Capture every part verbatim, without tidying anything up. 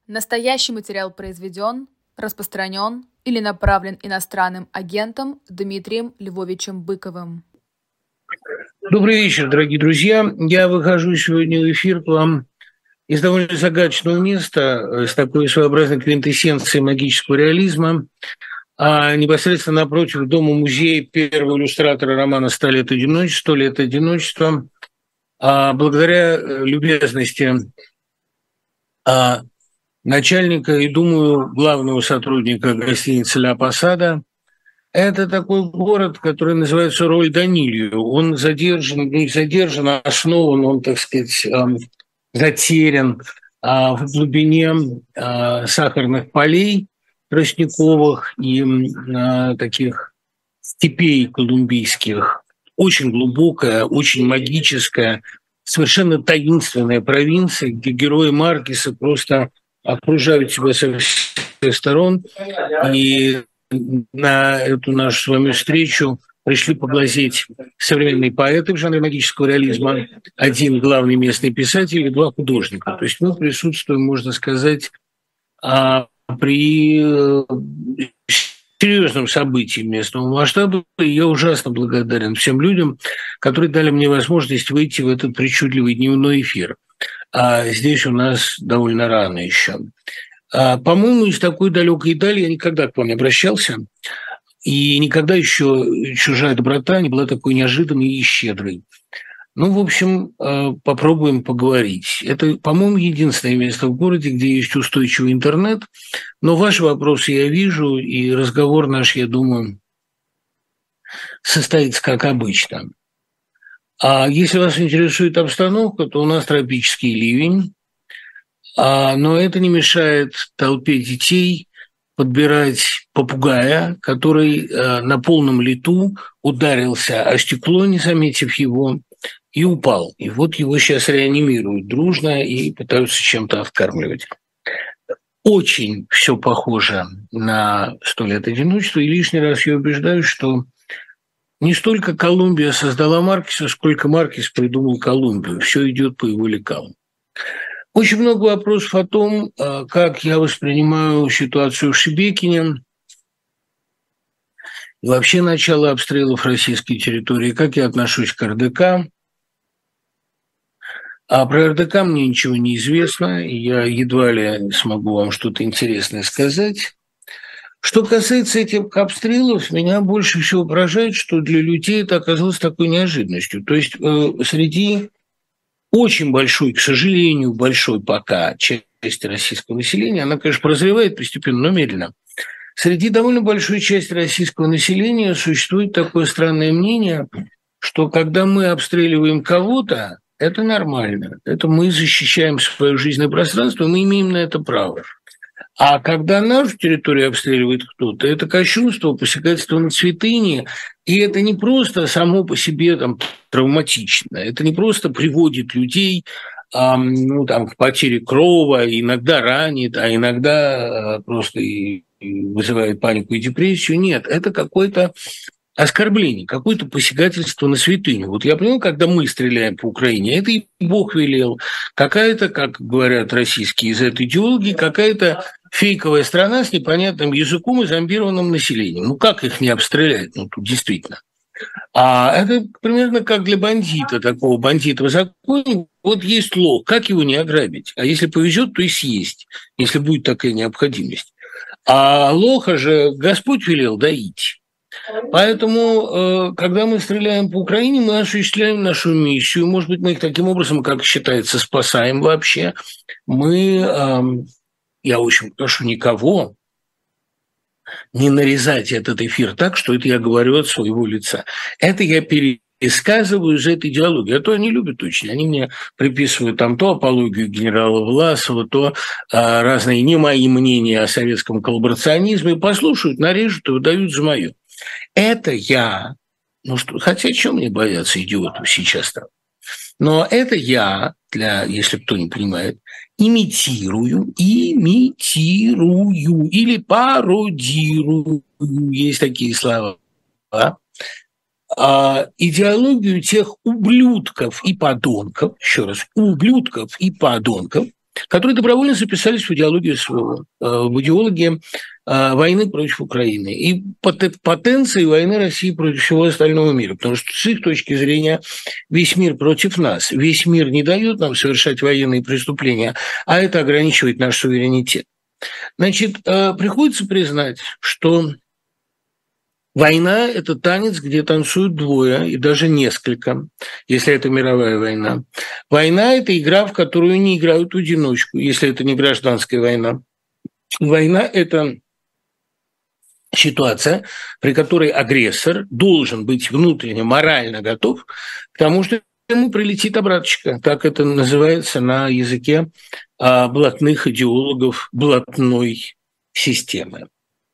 Настоящий материал произведен, распространен или направлен иностранным агентом Дмитрием Львовичем Быковым. Добрый вечер, дорогие друзья. Я выхожу сегодня в эфир к вам из довольно загадочного места, с такой своеобразной квинтэссенцией магического реализма, а непосредственно напротив дома-музея первого иллюстратора романа «Сто лет одиночества», «Сто лет одиночества». А благодаря любезности а, начальника и, думаю, главного сотрудника гостиницы «Ля Посада», это такой город, который называется Роль-Данилью. Он задержан, не задержан, а основан, он, так сказать, затерян в глубине сахарных полей тростниковых и таких степей колумбийских. Очень глубокая, очень магическая, совершенно таинственная провинция, где герои Маркеса просто окружают себя со всех сторон. И на эту нашу с вами встречу пришли поглазеть современные поэты в жанре магического реализма, один главный местный писатель и два художника. То есть мы присутствуем, можно сказать, при серьезном событии местного масштаба, и я ужасно благодарен всем людям, которые дали мне возможность выйти в этот причудливый дневной эфир. А здесь у нас довольно рано еще. А, по-моему, из такой далекой дали я никогда к вам не обращался, и никогда еще чужая доброта не была такой неожиданной и щедрой. Ну, в общем, попробуем поговорить. Это, по-моему, единственное место в городе, где есть устойчивый интернет, но ваши вопросы я вижу, и разговор наш, я думаю, состоится как обычно. А если вас интересует обстановка, то у нас тропический ливень, но это не мешает толпе детей подбирать попугая, который на полном лету ударился о стекло, не заметив его, и упал. И вот его сейчас реанимируют дружно и пытаются чем-то откармливать. Очень все похоже на «Сто лет одиночества», и лишний раз я убеждаюсь, что не столько Колумбия создала Маркеса, сколько Маркес придумал Колумбию. Все идет по его лекалам. Очень много вопросов о том, как я воспринимаю ситуацию в Шебекине и вообще начало обстрелов российской территории, как я отношусь к эр дэ ка. А про эр дэ ка мне ничего не известно, и я едва ли смогу вам что-то интересное сказать. Что касается этих обстрелов, меня больше всего поражает, что для людей это оказалось такой неожиданностью. То есть э, среди очень большой, к сожалению, большой пока части российского населения, она, конечно, прозревает постепенно, но медленно. Среди довольно большой части российского населения существует такое странное мнение, что когда мы обстреливаем кого-то, это нормально, это мы защищаем свое жизненное пространство, мы имеем на это право. А когда нашу территорию обстреливает кто-то, это кощунство, посягательство на святыни, и это не просто само по себе там, травматично, это не просто приводит людей эм, ну, там, к потере крови, иногда ранит, а иногда э, просто и, и вызывает панику и депрессию. Нет, это какое-то оскорбление, какое-то посягательство на святыню. Вот я понял, когда мы стреляем по Украине, это и Бог велел. Какая-то, как говорят российские зет-идеологи, какая-то фейковая страна с непонятным языком и зомбированным населением. Ну, как их не обстрелять? Ну, тут действительно. А это примерно как для бандита, такого бандита в законе. Вот есть лох, как его не ограбить? А если повезет, то и съесть, если будет такая необходимость. А лоха же Господь велел доить. Поэтому, когда мы стреляем по Украине, мы осуществляем нашу миссию. Может быть, мы их таким образом, как считается, спасаем вообще. Мы, я очень прошу никого не нарезать этот эфир так, что это я говорю от своего лица. Это я пересказываю из этой идеологии. А то они любят очень. Они мне приписывают там то апологию генерала Власова, то а, разные не мои мнения о советском коллаборационизме. Послушают, нарежут и выдают за мое. Это я, ну что, хотя чем мне бояться идиотов сейчас-то? Но это я, для, если кто не понимает, имитирую, имитирую или пародирую, есть такие слова, а, идеологию тех ублюдков и подонков, еще раз, ублюдков и подонков, которые добровольно записались в идеологию СВО, в идеологии войны против Украины и потенции войны России против всего остального мира. Потому что с их точки зрения весь мир против нас. Весь мир не дает нам совершать военные преступления, а это ограничивает наш суверенитет. Значит, приходится признать, что война – это танец, где танцуют двое и даже несколько, если это мировая война. Война – это игра, в которую не играют в одиночку, если это не гражданская война. Война – это ситуация, при которой агрессор должен быть внутренне морально готов к тому, что ему прилетит обраточка. Так это называется на языке блатных идеологов блатной системы.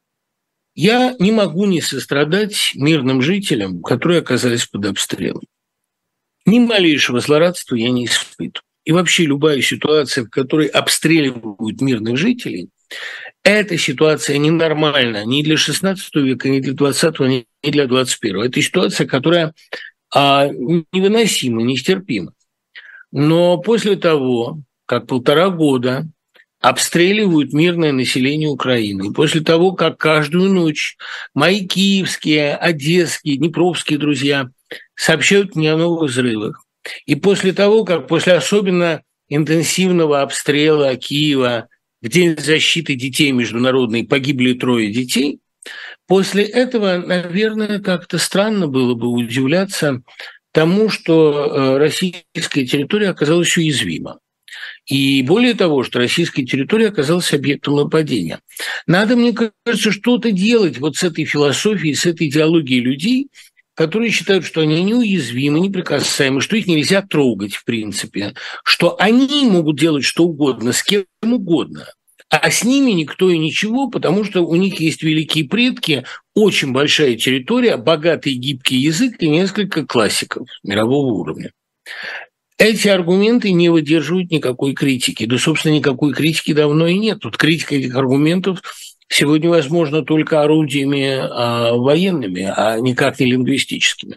Я не могу не сострадать мирным жителям, которые оказались под обстрелом. Ни малейшего злорадства я не испытываю. И вообще любая ситуация, в которой обстреливают мирных жителей, эта ситуация ненормальна ни для шестнадцатого века, ни для двадцатого, ни для двадцать первого. Это ситуация, которая а, невыносима, нестерпима. Но после того, как полтора года обстреливают мирное население Украины. И после того, как каждую ночь мои киевские, одесские, днепровские друзья сообщают мне о новых взрывах, и после того, как после особенно интенсивного обстрела Киева в День защиты детей международный погибли трое детей, после этого, наверное, как-то странно было бы удивляться тому, что российская территория оказалась уязвима. И более того, что российская территория оказалась объектом нападения. Надо, мне кажется, что-то делать вот с этой философией, с этой идеологией людей, которые считают, что они неуязвимы, неприкасаемы, что их нельзя трогать, в принципе, что они могут делать что угодно, с кем угодно, а с ними никто и ничего, потому что у них есть великие предки, очень большая территория, богатый гибкий язык и несколько классиков мирового уровня. Эти аргументы не выдерживают никакой критики. Да, собственно, никакой критики давно и нет. Тут критика этих аргументов сегодня возможна только орудиями а, военными, а никак не лингвистическими.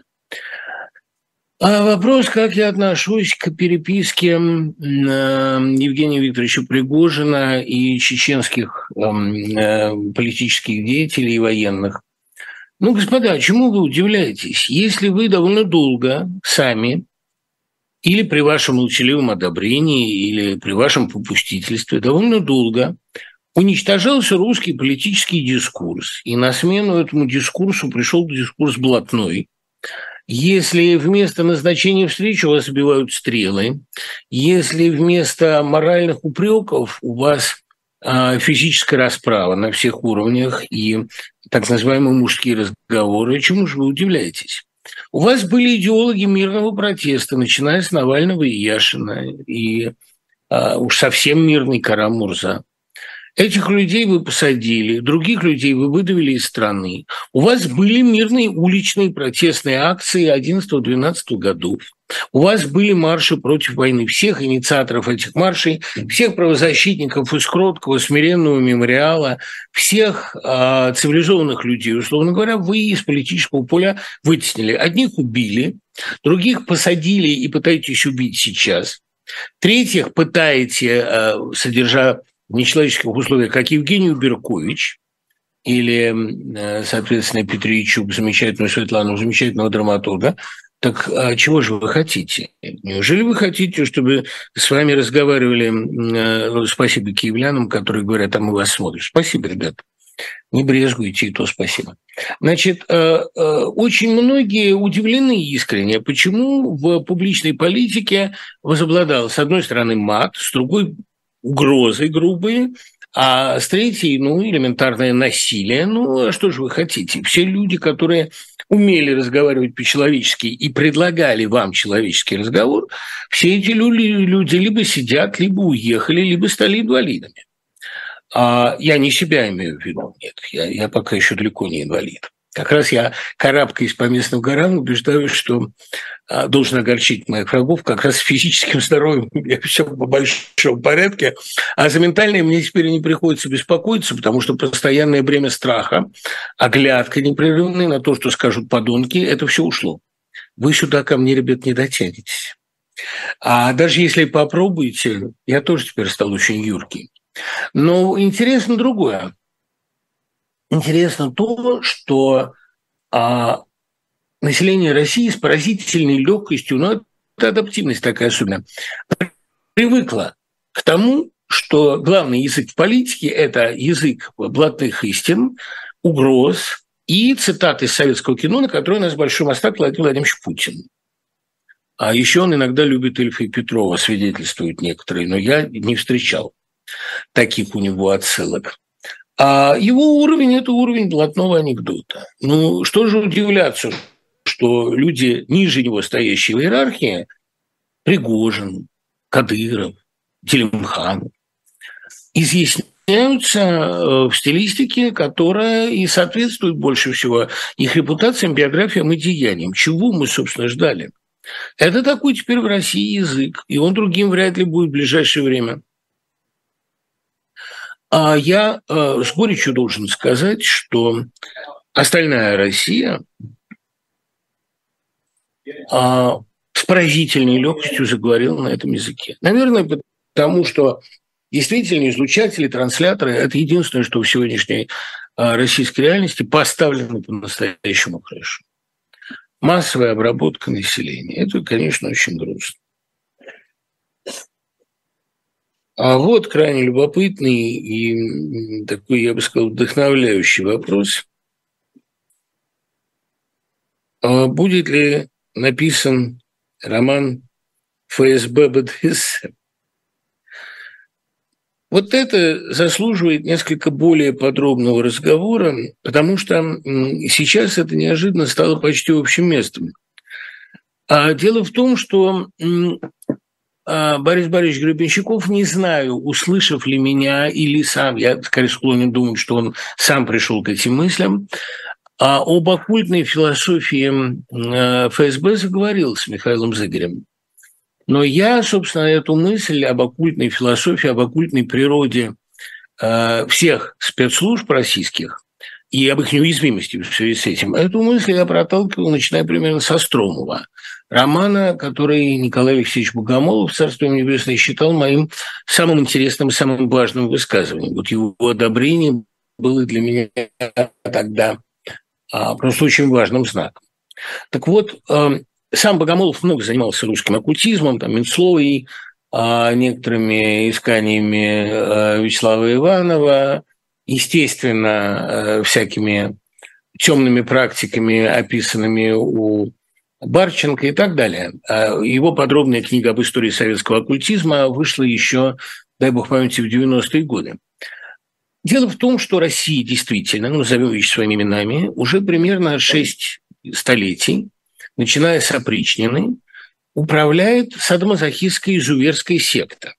А вопрос, как я отношусь к переписке э, Евгения Викторовича Пригожина и чеченских э, политических деятелей и военных. Ну, господа, чему вы удивляетесь? Если вы довольно долго сами или при вашем молчаливом одобрении, или при вашем попустительстве довольно долго уничтожался русский политический дискурс, и на смену этому дискурсу пришел дискурс блатной. Если вместо назначения встречи у вас забивают стрелы, если вместо моральных упреков у вас э, физическая расправа на всех уровнях и так называемые мужские разговоры, чему же вы удивляетесь? У вас были идеологи мирного протеста, начиная с Навального и Яшина, и а, уж совсем мирный Кара-Мурза. Этих людей вы посадили, других людей вы выдавили из страны. У вас были мирные уличные протестные акции одиннадцатого-двенадцатого годов. У вас были марши против войны. Всех инициаторов этих маршей, всех правозащитников из Кроткого, Смиренного мемориала, всех э, цивилизованных людей, условно говоря, вы из политического поля вытеснили. Одних убили, других посадили и пытаетесь убить сейчас. Третьих пытаете, э, содержа в нечеловеческих условиях, как Евгению Беркович или, соответственно, Петричук, замечательную Светлану, замечательного драматурга. Так а чего же вы хотите? Неужели вы хотите, чтобы с вами разговаривали, спасибо киевлянам, которые говорят, а мы вас смотрим? Спасибо, ребята. Не брезгуйте, и то спасибо. Значит, очень многие удивлены искренне, почему в публичной политике возобладал, с одной стороны, мат, с другой – угрозы грубые, а с третьей, ну, элементарное насилие. Ну, а что же вы хотите? Все люди, которые умели разговаривать по-человечески и предлагали вам человеческий разговор, все эти люди либо сидят, либо уехали, либо стали инвалидами. А я не себя имею в виду, нет, я, я пока еще далеко не инвалид. Как раз я, карабкаясь по местным горам, убеждаюсь, что а, должен огорчить моих врагов, как раз с физическим здоровьем у меня все по большому порядке, а за ментальное мне теперь не приходится беспокоиться, потому что постоянное бремя страха, оглядка непрерывная на то, что скажут подонки, это все ушло. Вы сюда ко мне, ребят, не дотянетесь. А даже если попробуете, я тоже теперь стал очень юркий. Но интересно другое. Интересно то, что а, население России с поразительной легкостью, ну, это адаптивность такая особенная, привыкло к тому, что главный язык в политике – это язык блатных истин, угроз и цитаты из советского кино, на которые у нас большой мастак Владимир Владимирович Путин. А еще он иногда любит Ильфа и Петрова, свидетельствуют некоторые, но я не встречал таких у него отсылок. А его уровень – это уровень блатного анекдота. Ну, что же удивляться, что люди ниже него стоящие в иерархии – Пригожин, Кадыров, Делимхан – изъясняются в стилистике, которая и соответствует больше всего их репутациям, биографиям и деяниям. Чего мы, собственно, ждали? Это такой теперь в России язык, и он другим вряд ли будет в ближайшее время. А я э, с горечью должен сказать, что остальная Россия э, с поразительной легкостью заговорила на этом языке. Наверное, потому что действительно излучатели, трансляторы – это единственное, что в сегодняшней э, российской реальности поставлено по-настоящему хорошо. Массовая обработка населения – это, конечно, очень грустно. А вот крайне любопытный и такой, я бы сказал, вдохновляющий вопрос. Будет ли написан роман ФСБ БДСМ? Вот это заслуживает несколько более подробного разговора, потому что сейчас это неожиданно стало почти общим местом. А дело в том, что Борис Борисович Гребенщиков, не знаю, услышав ли меня или сам, я скорее склонен думать, что он сам пришел к этим мыслям, а об оккультной философии ФСБ заговорил с Михаилом Зыгорем. Но я, собственно, эту мысль об оккультной философии, об оккультной природе всех спецслужб российских и об их неуязвимости в связи с этим, эту мысль я проталкивал, начиная примерно со Стромова, романа, который Николай Алексеевич Богомолов, царство ему небесное, считал моим самым интересным и самым важным высказыванием. Вот его одобрение было для меня тогда а, просто очень важным знаком. Так вот, э, сам Богомолов много занимался русским оккультизмом, там, Минцловой, э, некоторыми исканиями э, Вячеслава Иванова, естественно, э, всякими темными практиками, описанными у Барченко и так далее. Его подробная книга об истории советского оккультизма вышла еще, дай бог памяти, в девяностые годы. Дело в том, что Россия действительно, ну, назовем вещи своими именами, уже примерно шесть столетий, начиная с опричнины, управляет садомазохистская изуверская секта,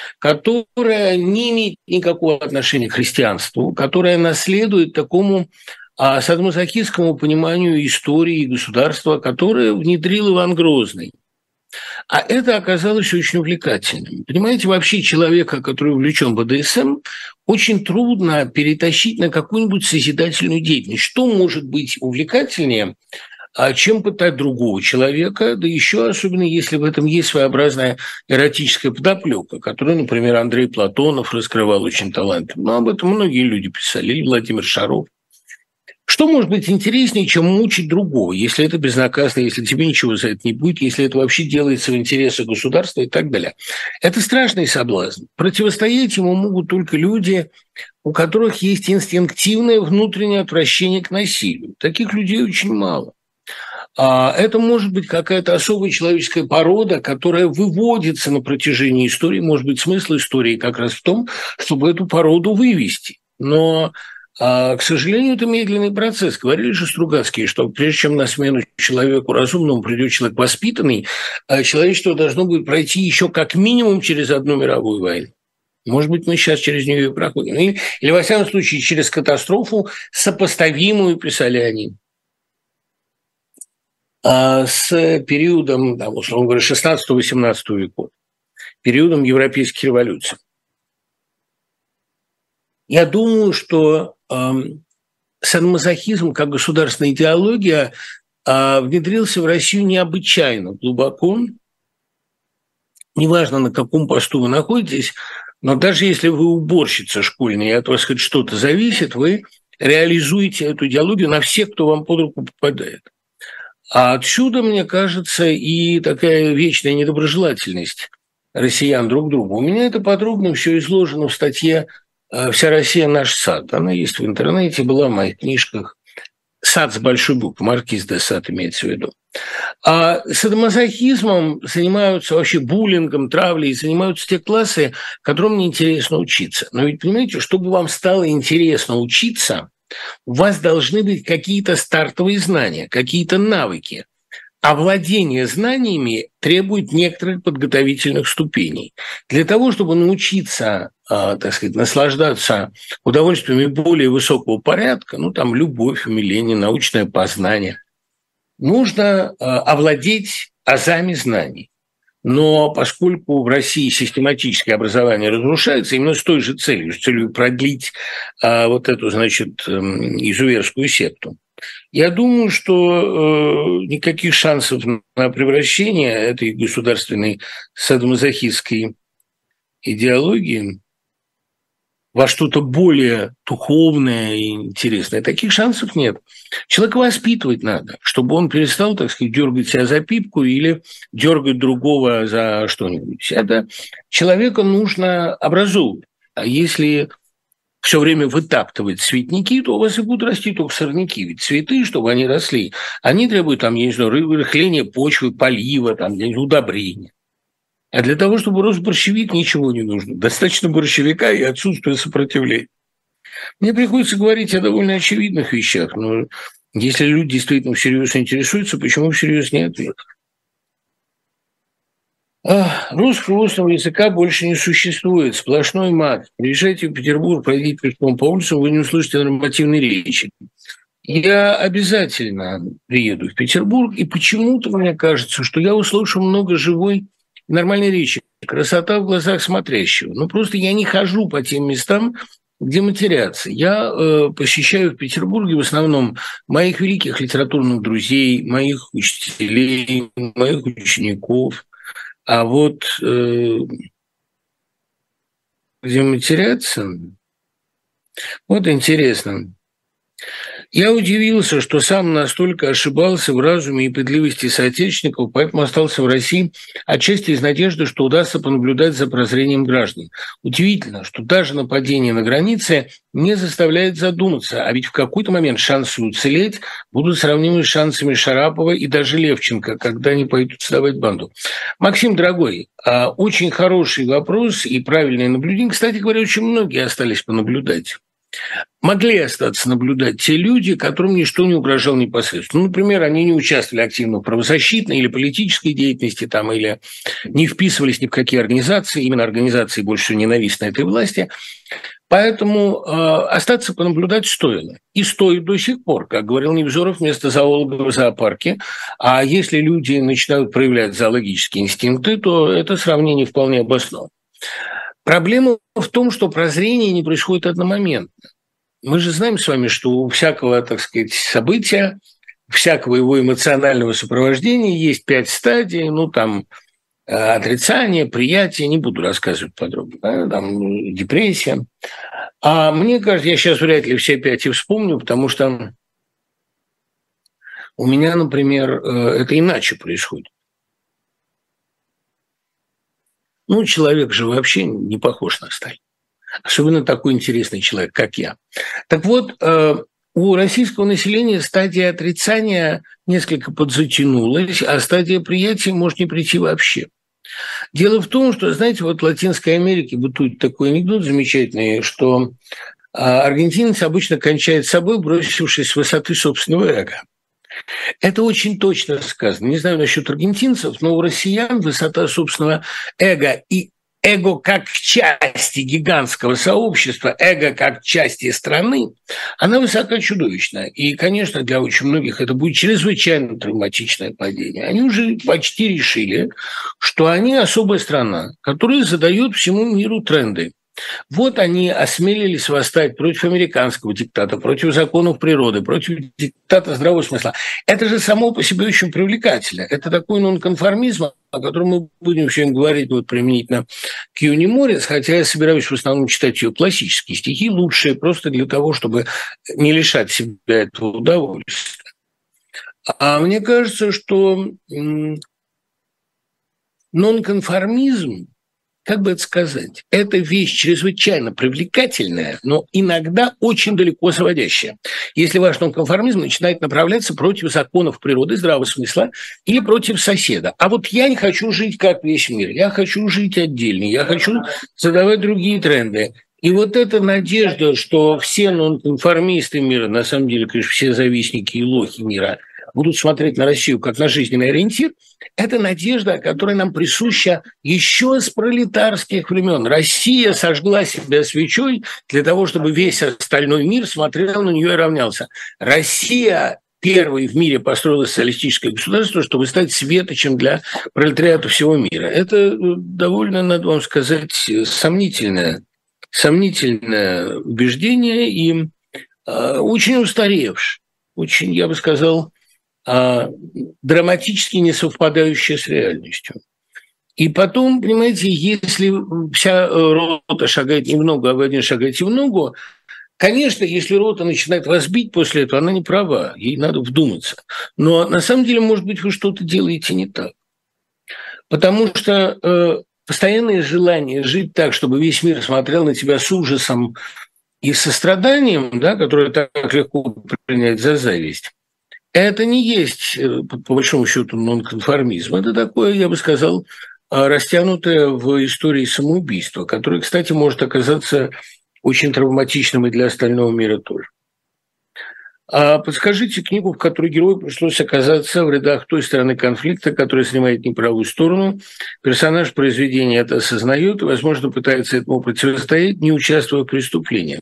которая не имеет никакого отношения к христианству, которая наследует такому а садомазохистскому пониманию истории и государства, которое внедрил Иван Грозный. А это оказалось очень увлекательным. Понимаете, вообще человека, который увлечен БДСМ, очень трудно перетащить на какую-нибудь созидательную деятельность. Что может быть увлекательнее, чем пытать другого человека, да еще особенно, если в этом есть своеобразная эротическая подоплека, которую, например, Андрей Платонов раскрывал очень талантливо. Но об этом многие люди писали, и Владимир Шаров. Что может быть интереснее, чем мучить другого, если это безнаказанно, если тебе ничего за это не будет, если это вообще делается в интересах государства и так далее? Это страшный соблазн. Противостоять ему могут только люди, у которых есть инстинктивное внутреннее отвращение к насилию. Таких людей очень мало. Это может быть какая-то особая человеческая порода, которая выводится на протяжении истории. Может быть, смысл истории как раз в том, чтобы эту породу вывести. Но А, к сожалению, это медленный процесс. Говорили же Стругацкие, что прежде чем на смену человеку разумному придет человек воспитанный, человечество должно будет пройти еще как минимум через одну мировую войну. Может быть, мы сейчас через нее и проходим. Или, или во всяком случае, через катастрофу, сопоставимую, писали они, с периодом, там, условно говоря, шестнадцатого-восемнадцатого веков, периодом европейских революций. Я думаю, что э, садомазохизм как государственная идеология э, внедрился в Россию необычайно глубоко, неважно, на каком посту вы находитесь, но даже если вы уборщица школьная, и от вас хоть что-то зависит, вы реализуете эту идеологию на всех, кто вам под руку попадает. А отсюда, мне кажется, и такая вечная недоброжелательность россиян друг к другу. У меня это подробно все изложено в статье «Вся Россия – наш сад». Она есть в интернете, была в моих книжках. «Сад» с большой буквы, маркиз де Сад имеется в виду. А садомазохизмом занимаются, вообще буллингом, травлей, занимаются те классы, которым неинтересно учиться. Но ведь, понимаете, чтобы вам стало интересно учиться, у вас должны быть какие-то стартовые знания, какие-то навыки. А владение знаниями требует некоторых подготовительных ступеней. Для того, чтобы научиться, э, так сказать, наслаждаться удовольствиями более высокого порядка, ну, там, любовь, умиление, научное познание, нужно э, овладеть азами знаний. Но поскольку в России систематическое образование разрушается именно с той же целью, с целью продлить э, вот эту, значит, э, изуверскую секту, я думаю, что э, никаких шансов на превращение этой государственной садомазохистской идеологии во что-то более духовное и интересное. Таких шансов нет. Человека воспитывать надо, чтобы он перестал, так сказать, дергать себя за пипку или дергать другого за что-нибудь. Это человека нужно образовывать. А если все время вытаптывать цветники, то у вас и будут расти только сорняки. Ведь цветы, чтобы они росли, они требуют, там, я не знаю, рыхления почвы, полива, там, удобрения. А для того, чтобы рос борщевик, ничего не нужно. Достаточно борщевика и отсутствие сопротивления. Мне приходится говорить о довольно очевидных вещах, но если люди действительно всерьез интересуются, почему всерьез не ответят? Русского устного языка больше не существует. Сплошной мат. Приезжайте в Петербург, пройдите пешком по улицам, вы не услышите нормативной речи. Я обязательно приеду в Петербург, и почему-то мне кажется, что я услышу много живой нормальной речи. Красота в глазах смотрящего. Но просто я не хожу по тем местам, где матерятся. Я э, посещаю в Петербурге в основном моих великих литературных друзей, моих учителей, моих учеников. А вот э, где матерятся, вот интересно. Я удивился, что сам настолько ошибался в разуме и пытливости соотечественников, поэтому остался в России отчасти из надежды, что удастся понаблюдать за прозрением граждан. Удивительно, что даже нападение на границе не заставляет задуматься, а ведь в какой-то момент шансы уцелеть будут сравнимы с шансами Шарапова и даже Левченко, когда они пойдут сдавать банду. Максим, дорогой, очень хороший вопрос и правильное наблюдение. Кстати говоря, очень многие остались понаблюдать. Могли остаться наблюдать те люди, которым ничто не угрожало непосредственно. Ну, например, они не участвовали активно в правозащитной или политической деятельности, там, или не вписывались ни в какие организации, именно организации больше всего ненавистны этой власти. Поэтому э, остаться понаблюдать стоило. И стоит до сих пор, как говорил Невзоров, вместо зоолога в зоопарке. А если люди начинают проявлять зоологические инстинкты, то это сравнение вполне обосновано. Проблема в том, что прозрение не происходит одномоментно. Мы же знаем с вами, что у всякого, так сказать, события, всякого его эмоционального сопровождения есть пять стадий, ну, там, отрицание, приятие, не буду рассказывать подробно, да, там, депрессия. А мне кажется, я сейчас вряд ли все пять и вспомню, потому что у меня, например, это иначе происходит. Ну, человек же вообще не похож на сталь. Особенно такой интересный человек, как я. Так вот, у российского населения стадия отрицания несколько подзатянулась, а стадия приятия может не прийти вообще. Дело в том, что, знаете, вот в Латинской Америке бытует такой анекдот замечательный, что аргентинец обычно кончает собой, бросившись с высоты собственного эго. Это очень точно сказано. Не знаю насчет аргентинцев, но у россиян высота собственного эго и эго как части гигантского сообщества, эго как части страны, она высока чудовищна. И, конечно, для очень многих это будет чрезвычайно травматичное падение. Они уже почти решили, что они особая страна, которая задает всему миру тренды. Вот они осмелились восстать против американского диктата, против законов природы, против диктата здравого смысла. Это же само по себе очень привлекательно. Это такой нонконформизм, о котором мы будем сегодня говорить вот применительно к Юни Морец, хотя я собираюсь в основном читать ее классические стихи, лучшие просто для того, чтобы не лишать себя этого удовольствия. А мне кажется, что нонконформизм, как бы это сказать, это вещь чрезвычайно привлекательная, но иногда очень далеко заводящая. Если ваш нонконформизм начинает направляться против законов природы, здравого смысла или против соседа. А вот я не хочу жить как весь мир, я хочу жить отдельно, я хочу задавать другие тренды. И вот эта надежда, что все нонконформисты мира, на самом деле, конечно, все завистники и лохи мира, будут смотреть на Россию как на жизненный ориентир, это надежда, которая нам присуща еще с пролетарских времен. Россия сожгла себя свечой для того, чтобы весь остальной мир смотрел на нее и равнялся. Россия первой в мире построила социалистическое государство, чтобы стать светочем для пролетариата всего мира. Это довольно, надо вам сказать, сомнительное, сомнительное убеждение и э, очень устаревшее, очень, я бы сказал, драматически не совпадающая с реальностью. И потом, понимаете, если вся рота шагает немного, а вы один шагаете в ногу, конечно, если рота начинает вас бить после этого, она не права, ей надо вдуматься. Но на самом деле, может быть, вы что-то делаете не так. Потому что э, постоянное желание жить так, чтобы весь мир смотрел на тебя с ужасом и состраданием, да, которое так легко принять за зависть, это не есть, по большому счету, нонконформизм. Это такое, я бы сказал, растянутое в истории самоубийство, которое, кстати, может оказаться очень травматичным и для остального мира тоже. А подскажите книгу, в которой герою пришлось оказаться в рядах той стороны конфликта, которая занимает неправую сторону. Персонаж произведения это осознает и, возможно, пытается этому противостоять, не участвуя в преступлении.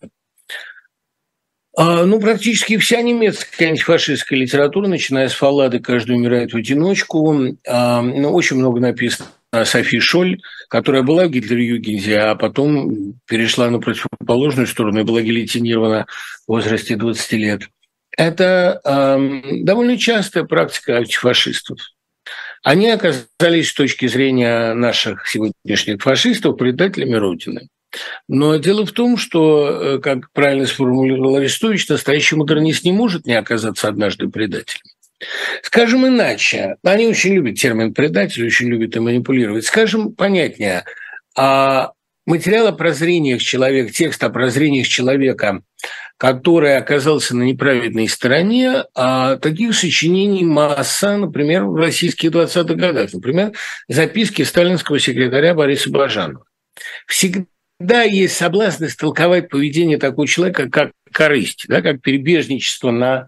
Ну, практически вся немецкая антифашистская литература, начиная с Фаллады «Каждый умирает в одиночку», ну, очень много написано о Софи Шоль, которая была в Гитлер-Югенде, а потом перешла на противоположную сторону и была гильотинирована в возрасте двадцати лет. Это э, довольно частая практика антифашистов. Они оказались с точки зрения наших сегодняшних фашистов предателями Родины. Но дело в том, что, как правильно сформулировал Арестович, настоящий модернист не может не оказаться однажды предателем. Скажем иначе, они очень любят термин «предатель», очень любят им манипулировать. Скажем понятнее, материал о прозрениях человека, текст о прозрениях человека, который оказался на неправедной стороне, а таких сочинений масса, например, в российских двадцатых годах. Например, записки сталинского секретаря Бориса Баженова. Всегда Да, есть соблазн истолковать поведение такого человека как корысть, да, как перебежничество на,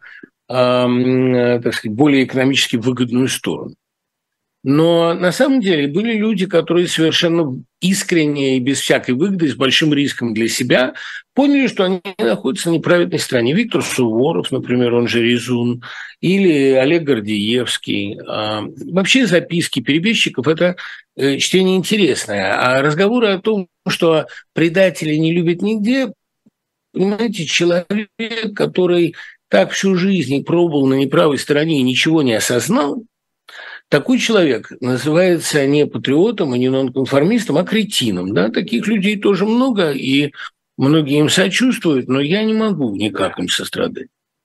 э, так сказать, более экономически выгодную сторону. Но на самом деле были люди, которые совершенно искренне и без всякой выгоды, с большим риском для себя, поняли, что они находятся на неправильной стороне. Виктор Суворов, например, он же Резун, или Олег Гордеевский. Вообще записки перебежчиков – это чтение интересное. А разговоры о том, что предатели не любят нигде, понимаете, человек, который так всю жизнь пробовал на неправой стороне и ничего не осознал, такой человек называется не патриотом и не нонконформистом, а кретином. Да? Таких людей тоже много, и многие им сочувствуют, но я не могу никак им сострадать.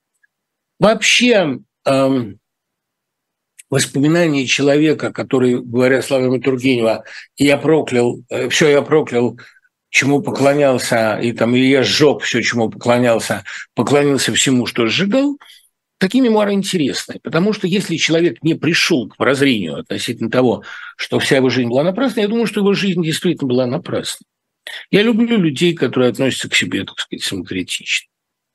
Вообще, эм, воспоминания человека, который, говоря словами Тургенева, «я проклял, э, все я проклял, чему поклонялся, и там, или я сжег все, чему поклонялся, поклонился всему, что сжигал», такие мемуары интересны, потому что если человек не пришел к прозрению относительно того, что вся его жизнь была напрасна, я думаю, что его жизнь действительно была напрасна. Я люблю людей, которые относятся к себе, так сказать, самокритично.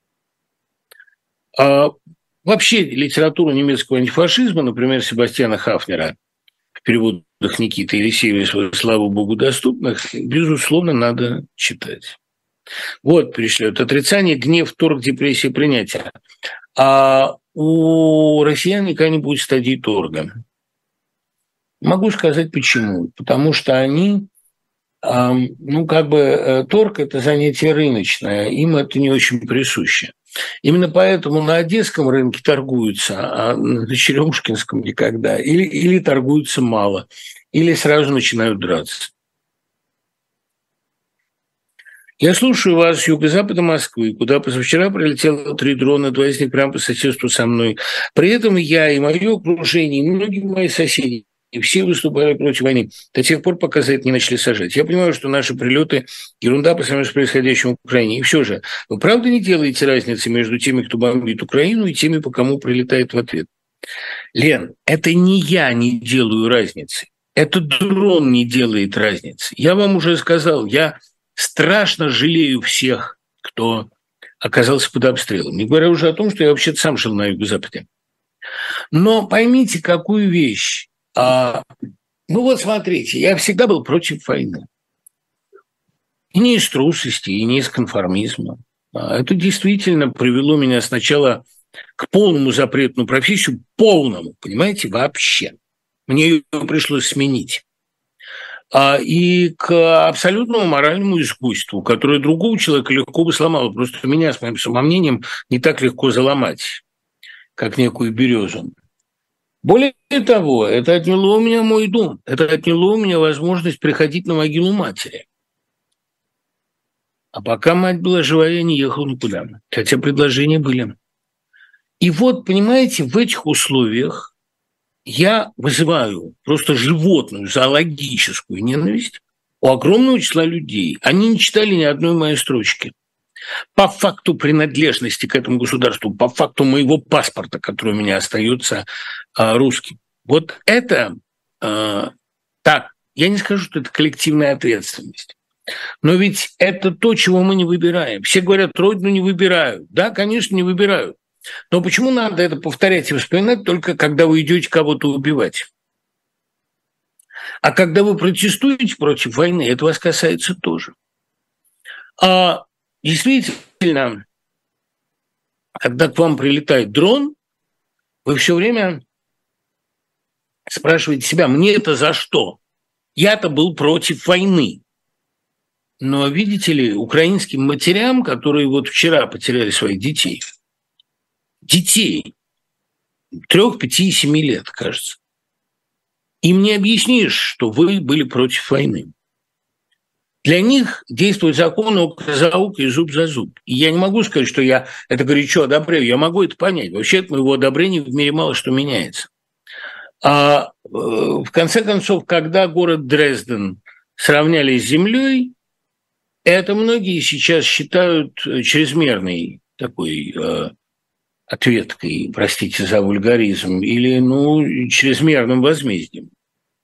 А вообще литературу немецкого антифашизма, например, Себастьяна Хафнера в переводах Никиты Елисеева, слава богу, доступных, безусловно, надо читать. Вот пришлет отрицание, гнев, торг, депрессия, принятие. А у россиян никогда не будет стадии торга. Могу сказать почему. Потому что они Ну, как бы торг – это занятие рыночное, им это не очень присуще. Именно поэтому на одесском рынке торгуются, а на Черемушкинском никогда. Или, или торгуются мало, или сразу начинают драться. Я слушаю вас с юго-запада Москвы, куда позавчера прилетело три дрона, два из них прямо по соседству со мной. При этом я и мое окружение, и многие мои соседи, и все выступали против войны до тех пор, пока за это не начали сажать. Я понимаю, что наши прилеты – ерунда по сравнению с происходящим в Украине. И все же, вы правда не делаете разницы между теми, кто бомбит Украину, и теми, по кому прилетает в ответ? Лен, это не я не делаю разницы. Это дрон не делает разницы. Я вам уже сказал, я страшно жалею всех, кто оказался под обстрелом. Не говоря уже о том, что я вообще-то сам жил на юго-западе. Но поймите, какую вещь. А, ну вот смотрите, я всегда был против войны. И не из трусости, и не из конформизма. А это действительно привело меня сначала к полному запрету на профессию, полному, понимаете, вообще. Мне ее пришлось сменить. А, и к абсолютному моральному искусству, которое другого человека легко бы сломало. Просто меня, с моим самомнением, не так легко заломать, как некую березу. Более того, это отняло у меня мой дом, это отняло у меня возможность приходить на могилу матери. А пока мать была жива, я не ехал никуда, хотя предложения были. И вот, понимаете, в этих условиях я вызываю просто животную, зоологическую ненависть у огромного числа людей. Они не читали ни одной моей строчки. По факту принадлежности к этому государству, по факту моего паспорта, который у меня остается а, русским. Вот это а, так, я не скажу, что это коллективная ответственность. Но ведь это то, чего мы не выбираем. Все говорят, родину не выбирают. Да, конечно, не выбирают. Но почему надо это повторять и вспоминать только когда вы идете кого-то убивать? А когда вы протестуете против войны, это вас касается тоже. А действительно, когда к вам прилетает дрон, вы все время спрашиваете себя, мне это за что? Я-то был против войны. Но, видите ли, украинским матерям, которые вот вчера потеряли своих детей, детей трех, пяти, семи лет, кажется, им не объяснишь, что вы были против войны. Для них действует закон око за око и зуб за зуб. И я не могу сказать, что я это горячо одобряю. Я могу это понять. Вообще от моего одобрения в мире мало что меняется. А в конце концов, когда город Дрезден сравняли с землей, это многие сейчас считают чрезмерной такой э, ответкой, простите за вульгаризм, или ну, чрезмерным возмездием.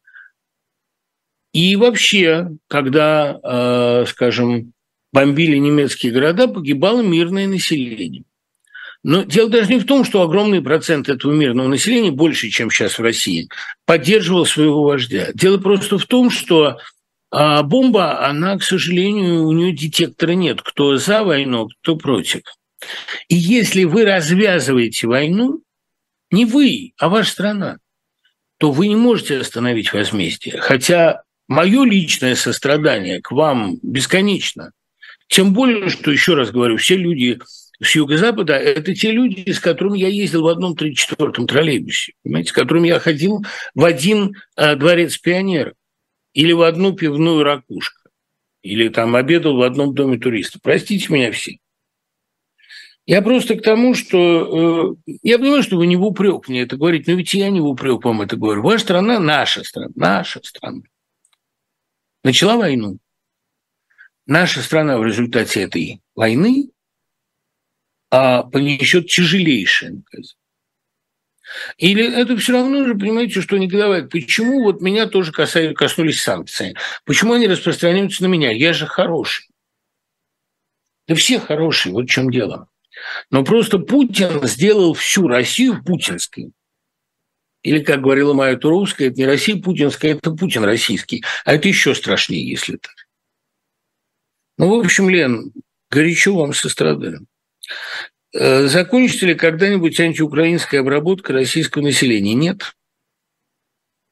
И вообще, когда, э, скажем, бомбили немецкие города, погибало мирное население. Но дело даже не в том, что огромный процент этого мирного населения, больше, чем сейчас в России, поддерживал своего вождя. Дело просто в том, что а бомба, она, к сожалению, у нее детектора нет. Кто за войну, кто против. И если вы развязываете войну, не вы, а ваша страна, то вы не можете остановить возмездие. Хотя мое личное сострадание к вам бесконечно. Тем более, что, еще раз говорю, все люди с юго-запада – это те люди, с которыми я ездил в одном тридцать четвёртом троллейбусе, понимаете, с которыми я ходил в один а, дворец пионеров. Или в одну пивную «Ракушка», или там обедал в одном доме туристов. Простите меня все. Я просто к тому, что... Э, я понимаю, что вы не в упрек мне это говорите, но ведь я не в упрек вам это говорю. Ваша страна – наша страна. Наша страна. Начала войну. Наша страна в результате этой войны а, понесет тяжелейшее наказание. Или это все равно же, понимаете, что не говорят, почему вот меня тоже касались, коснулись санкции, почему они распространяются на меня, я же хороший. Да все хорошие, вот в чем дело. Но просто Путин сделал всю Россию путинской. Или, как говорила моя Туровская, это не Россия путинская, это Путин российский. А это еще страшнее, если так. Ну, в общем, Лен, горячо вам сострадаю. Закончится ли когда-нибудь антиукраинская обработка российского населения? Нет.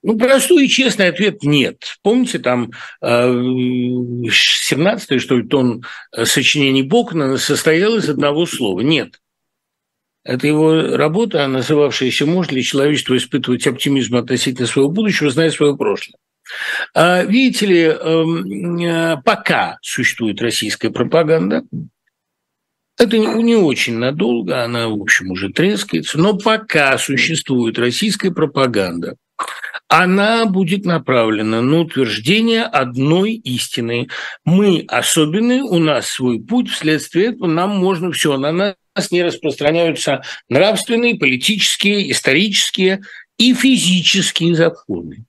Ну, простой и честный ответ – нет. Помните, там семнадцатый, что ли, тон сочинений Бокона состоял из одного слова – нет. Это его работа, называвшаяся «Может ли человечество испытывать оптимизм относительно своего будущего, зная свое прошлое?». А, видите ли, пока существует российская пропаганда, это не очень надолго, она, в общем, уже трескается, но пока существует российская пропаганда, она будет направлена на утверждение одной истины. Мы особенные, у нас свой путь, вследствие этого нам можно все, на нас не распространяются нравственные, политические, исторические и физические законы.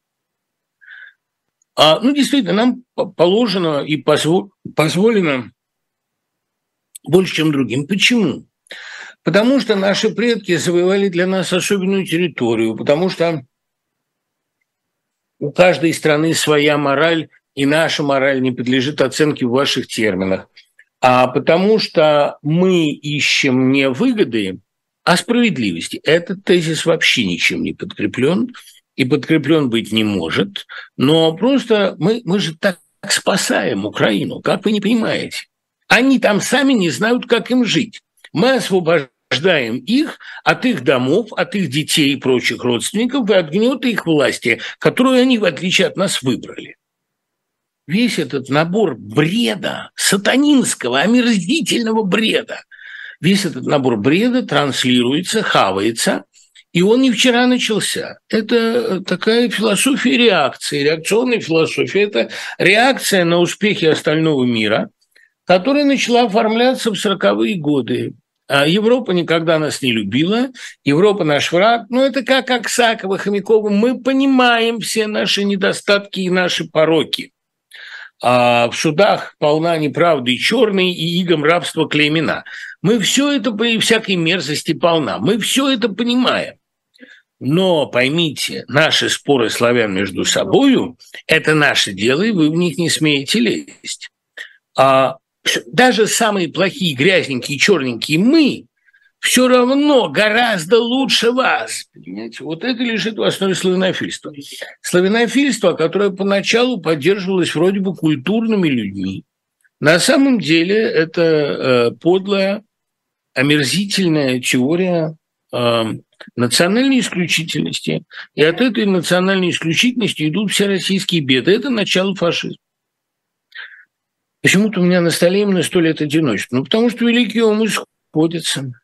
А, ну, действительно, нам положено и позволено больше, чем другим. Почему? Потому что наши предки завоевали для нас особенную территорию, потому что у каждой страны своя мораль, и наша мораль не подлежит оценке в ваших терминах. А потому что мы ищем не выгоды, а справедливости. Этот тезис вообще ничем не подкреплен и подкреплен быть не может. Но просто мы, мы же так спасаем Украину, как вы не понимаете. Они там сами не знают, как им жить. Мы освобождаем их от их домов, от их детей и прочих родственников и от гнета их власти, которую они, в отличие от нас, выбрали. Весь этот набор бреда, сатанинского, омерзительного бреда, весь этот набор бреда транслируется, хавается, и он не вчера начался. Это такая философия реакции, реакционная философия. Это реакция на успехи остального мира, которая начала оформляться в сороковые годы. Европа никогда нас не любила, Европа наш враг. Но это как Аксакова, Хомякова. Мы понимаем все наши недостатки и наши пороки. А в судах полна неправды и черной, и игом рабства клеймена. Мы все это, и всякой мерзости полна. Мы все это понимаем. Но поймите, наши споры славян между собою – это наше дело, и вы в них не смеете лезть. А даже самые плохие, грязненькие, черненькие мы все равно гораздо лучше вас. Понимаете? Вот это лежит в основе славянофильства. Славянофильство, которое поначалу поддерживалось вроде бы культурными людьми, на самом деле это э, подлая, омерзительная теория э, национальной исключительности. И от этой национальной исключительности идут все российские беды. Это начало фашизма. Почему-то у меня на столе именно сто лет одиночества. Ну, потому что великие умы сходятся.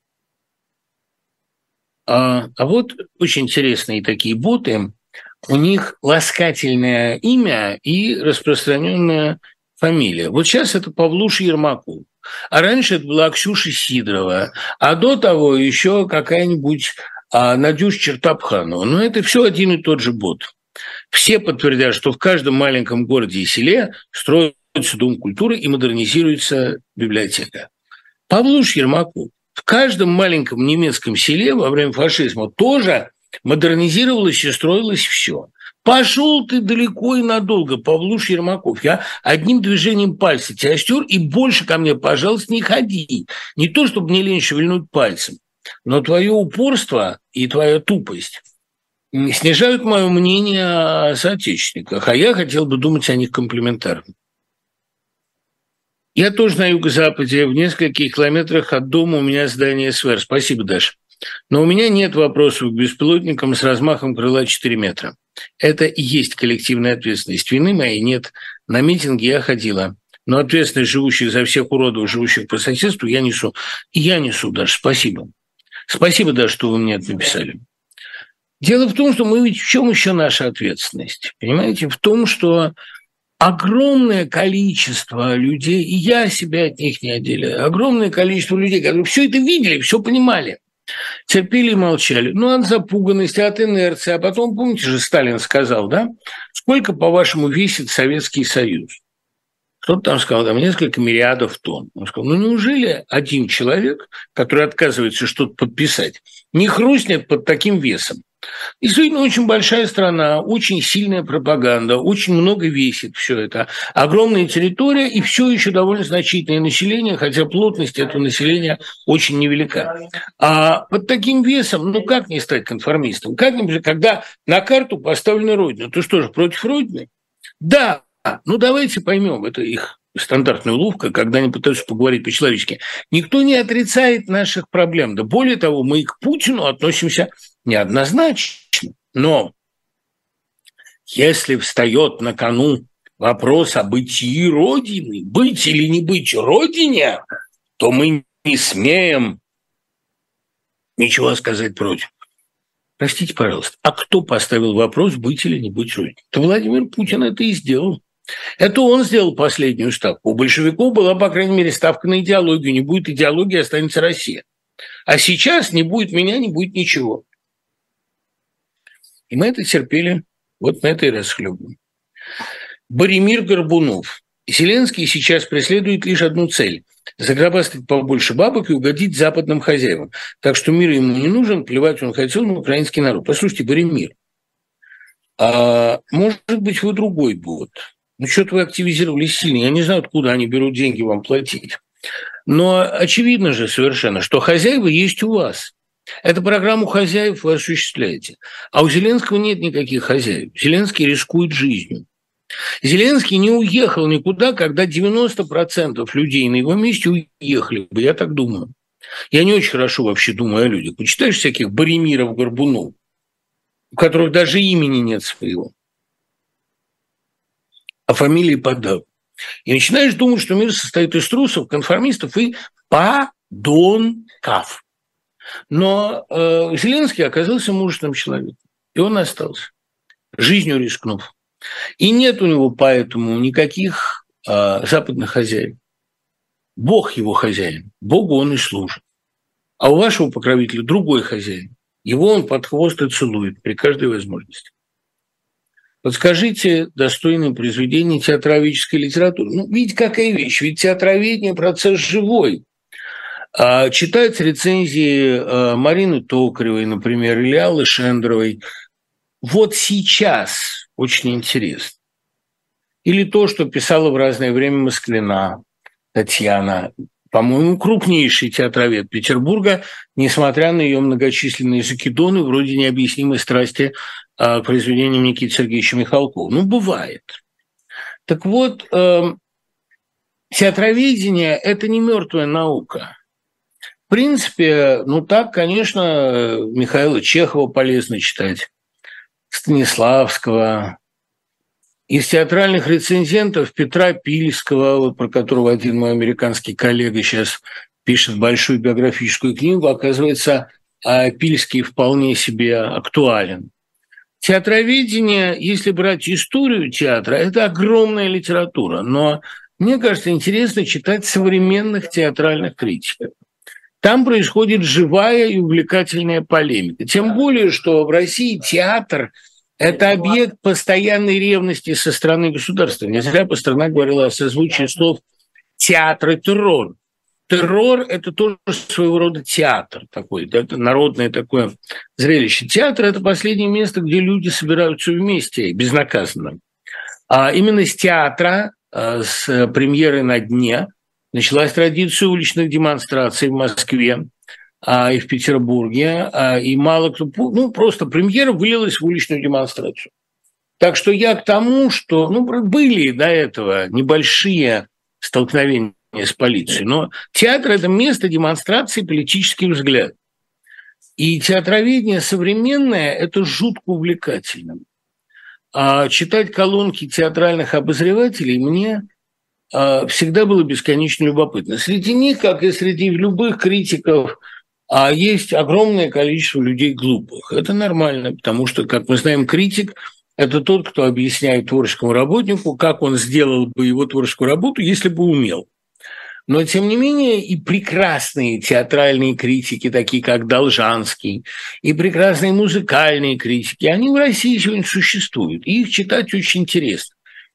А, а вот очень интересные такие боты. У них ласкательное имя и распространенная фамилия. Вот сейчас это Павлуша Ермаков. А раньше это была Ксюша Сидорова. А до того еще какая-нибудь а, Надюша Чертопханова. Но это все один и тот же бот. Все подтвердят, что в каждом маленьком городе и селе строят Дом культуры и модернизируется библиотека. Павлуш Ермаков в каждом маленьком немецком селе во время фашизма тоже модернизировалось и строилось все. Пошел ты далеко и надолго, Павлуш Ермаков. Я одним движением пальца тебя стер, и больше ко мне, пожалуйста, не ходи. Не то, чтобы мне лень шевельнуть пальцем, но твое упорство и твоя тупость снижают мое мнение о соотечественниках, а я хотел бы думать о них комплиментарно. Я тоже на юго-западе, в нескольких километрах от дома у меня здание СВР. Спасибо, Даша. Но у меня нет вопросов к беспилотникам с размахом крыла четыре метра. Это и есть коллективная ответственность. Вины моей нет. На митинги я ходила. Но ответственность живущих за всех уродов, живущих по соседству, я несу. И я несу, Даша. Спасибо. Спасибо, Даша, что вы мне это написали. Дело в том, что мы ведь в чем еще наша ответственность? Понимаете? В том, что огромное количество людей, и я себя от них не отделяю, огромное количество людей, которые все это видели, все понимали, терпели и молчали. Ну, от запуганности, от инерции. А потом, помните же, Сталин сказал, да, сколько, по-вашему, весит Советский Союз? Кто-то там сказал, там несколько мириадов тонн. Он сказал, ну неужели один человек, который отказывается что-то подписать, не хрустнет под таким весом? Действительно, очень большая страна, очень сильная пропаганда, очень много весит все это. Огромная территория и все еще довольно значительное население, хотя плотность этого населения очень невелика. А под таким весом, ну как не стать конформистом? Как-нибудь, когда на карту поставлена Родина, то что же, против Родины? Да, ну давайте поймем, это их стандартная уловка, когда они пытаются поговорить по-человечески. Никто не отрицает наших проблем. Да более того, мы и к Путину относимся неоднозначно. Но если встает на кону вопрос о бытии Родины, быть или не быть Родине, то мы не смеем ничего сказать против. Простите, пожалуйста, а кто поставил вопрос, быть или не быть Родиной? Это Владимир Путин это и сделал. Это он сделал последнюю ставку. У большевиков была, по крайней мере, ставка на идеологию. Не будет идеологии, останется Россия. А сейчас не будет меня, не будет ничего. И мы это терпели, вот на это и расхлебываем. Боремир Горбунов. Зеленский сейчас преследует лишь одну цель – загробастать побольше бабок и угодить западным хозяевам. Так что мир ему не нужен, плевать он хотел на украинский народ. Послушайте, Боремир, а может быть, вы другой бот? Ну, что-то вы активизировались сильно. Я не знаю, откуда они берут деньги вам платить. Но очевидно же совершенно, что хозяева есть у вас. Эту программу хозяев вы осуществляете. А у Зеленского нет никаких хозяев. Зеленский рискует жизнью. Зеленский не уехал никуда, когда девяносто процентов людей на его месте уехали бы, я так думаю. Я не очень хорошо вообще думаю о людях. Почитаешь всяких Боремиров, Горбунов, у которых даже имени нет своего, а фамилии подав. И начинаешь думать, что мир состоит из трусов, конформистов и подонков. Но э, Зеленский оказался мужественным человеком, и он остался, жизнью рискнув. И нет у него поэтому никаких э, западных хозяев. Бог его хозяин, Богу он и служит. А у вашего покровителя другой хозяин. Его он под хвост и целует при каждой возможности. Подскажите достойные произведения театроведческой литературы. Ну, видите, какая вещь. Ведь театроведение – процесс живой. А читать рецензии Марины Токаревой, например, или Аллы Шендеровой вот сейчас очень интересно. Или то, что писала в разное время Москвина Татьяна, по-моему, крупнейший театровед Петербурга, несмотря на ее многочисленные закидоны, вроде необъяснимой страсти к произведениям Никиты Сергеевича Михалкова. Ну, бывает. Так вот, э, театроведение – это не мертвая наука. В принципе, ну так, конечно, Михаила Чехова полезно читать, Станиславского. Из театральных рецензентов Петра Пильского, про которого один мой американский коллега сейчас пишет большую биографическую книгу, оказывается, Пильский вполне себе актуален. Театроведение, если брать историю театра, это огромная литература, но мне кажется, интересно читать современных театральных критиков. Там происходит живая и увлекательная полемика. Тем более, что в России театр – это объект постоянной ревности со стороны государства. Не зря Пастернак говорил о созвучии слов «театр» и «террор». Террор – это тоже своего рода театр такой, это народное такое зрелище. Театр – это последнее место, где люди собираются вместе, безнаказанно. А именно с театра, с премьеры «На дне», началась традиция уличных демонстраций в Москве а, и в Петербурге, а, и мало кто... Ну, просто премьера вылилась в уличную демонстрацию. Так что я к тому, что... Ну, были до этого небольшие столкновения с полицией, но театр – это место демонстрации политических взглядов. И театроведение современное – это жутко увлекательно. А читать колонки театральных обозревателей мне... всегда было бесконечно любопытно. Среди них, как и среди любых критиков, есть огромное количество людей глупых. Это нормально, потому что, как мы знаем, критик – это тот, кто объясняет творческому работнику, как он сделал бы его творческую работу, если бы умел. Но, тем не менее, и прекрасные театральные критики, такие как Должанский, и прекрасные музыкальные критики, они в России сегодня существуют, и их читать очень интересно.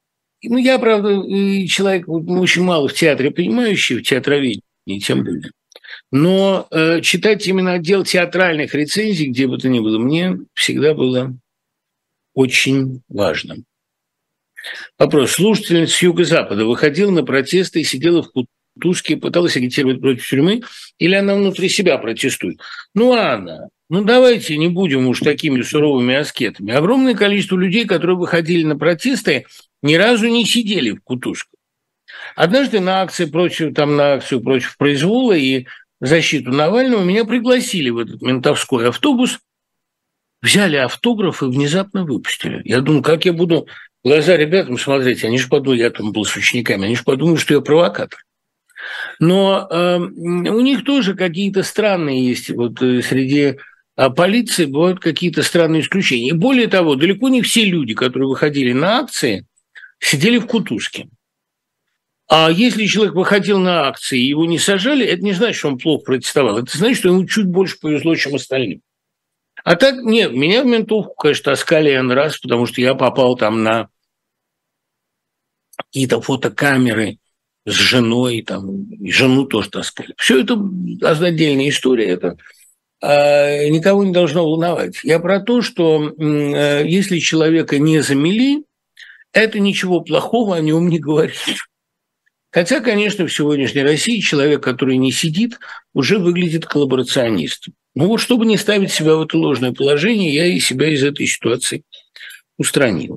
Ну, я, правда, человек очень мало в театре понимающий, в театроведении, тем более. Но э, читать именно отдел театральных рецензий, где бы то ни было, мне всегда было очень важно. Вопрос. Слушательница с юго-запада выходила на протесты и сидела в кутузке, пыталась агитировать против тюрьмы, или она внутри себя протестует? Ну, Анна, ну давайте не будем уж такими суровыми аскетами. Огромное количество людей, которые выходили на протесты, ни разу не сидели в кутузках. Однажды на акции против, там, на акцию против произвола и защиту Навального меня пригласили в этот ментовской автобус, взяли автограф и внезапно выпустили. Я думаю, как я буду в глаза ребятам смотреть, они же подумают, я там был с учениками, они же подумают, что я провокатор. Но э, у них тоже какие-то странные есть, вот э, среди э, полиции бывают какие-то странные исключения. И более того, далеко не все люди, которые выходили на акции, сидели в кутузке. А если человек выходил на акции и его не сажали, это не значит, что он плохо протестовал. Это значит, что ему чуть больше повезло, чем остальным. А так, нет, меня в ментовку, конечно, таскали N раз, потому что я попал там на какие-то фотокамеры с женой, там, и жену тоже таскали. Все это отдельная история, это э, никого не должно волновать. Я про то, что э, если человека не замели, это ничего плохого о нем не говорит. Хотя, конечно, в сегодняшней России человек, который не сидит, уже выглядит коллаборационистом. Ну вот, чтобы не ставить себя в это ложное положение, я и себя из этой ситуации устранил.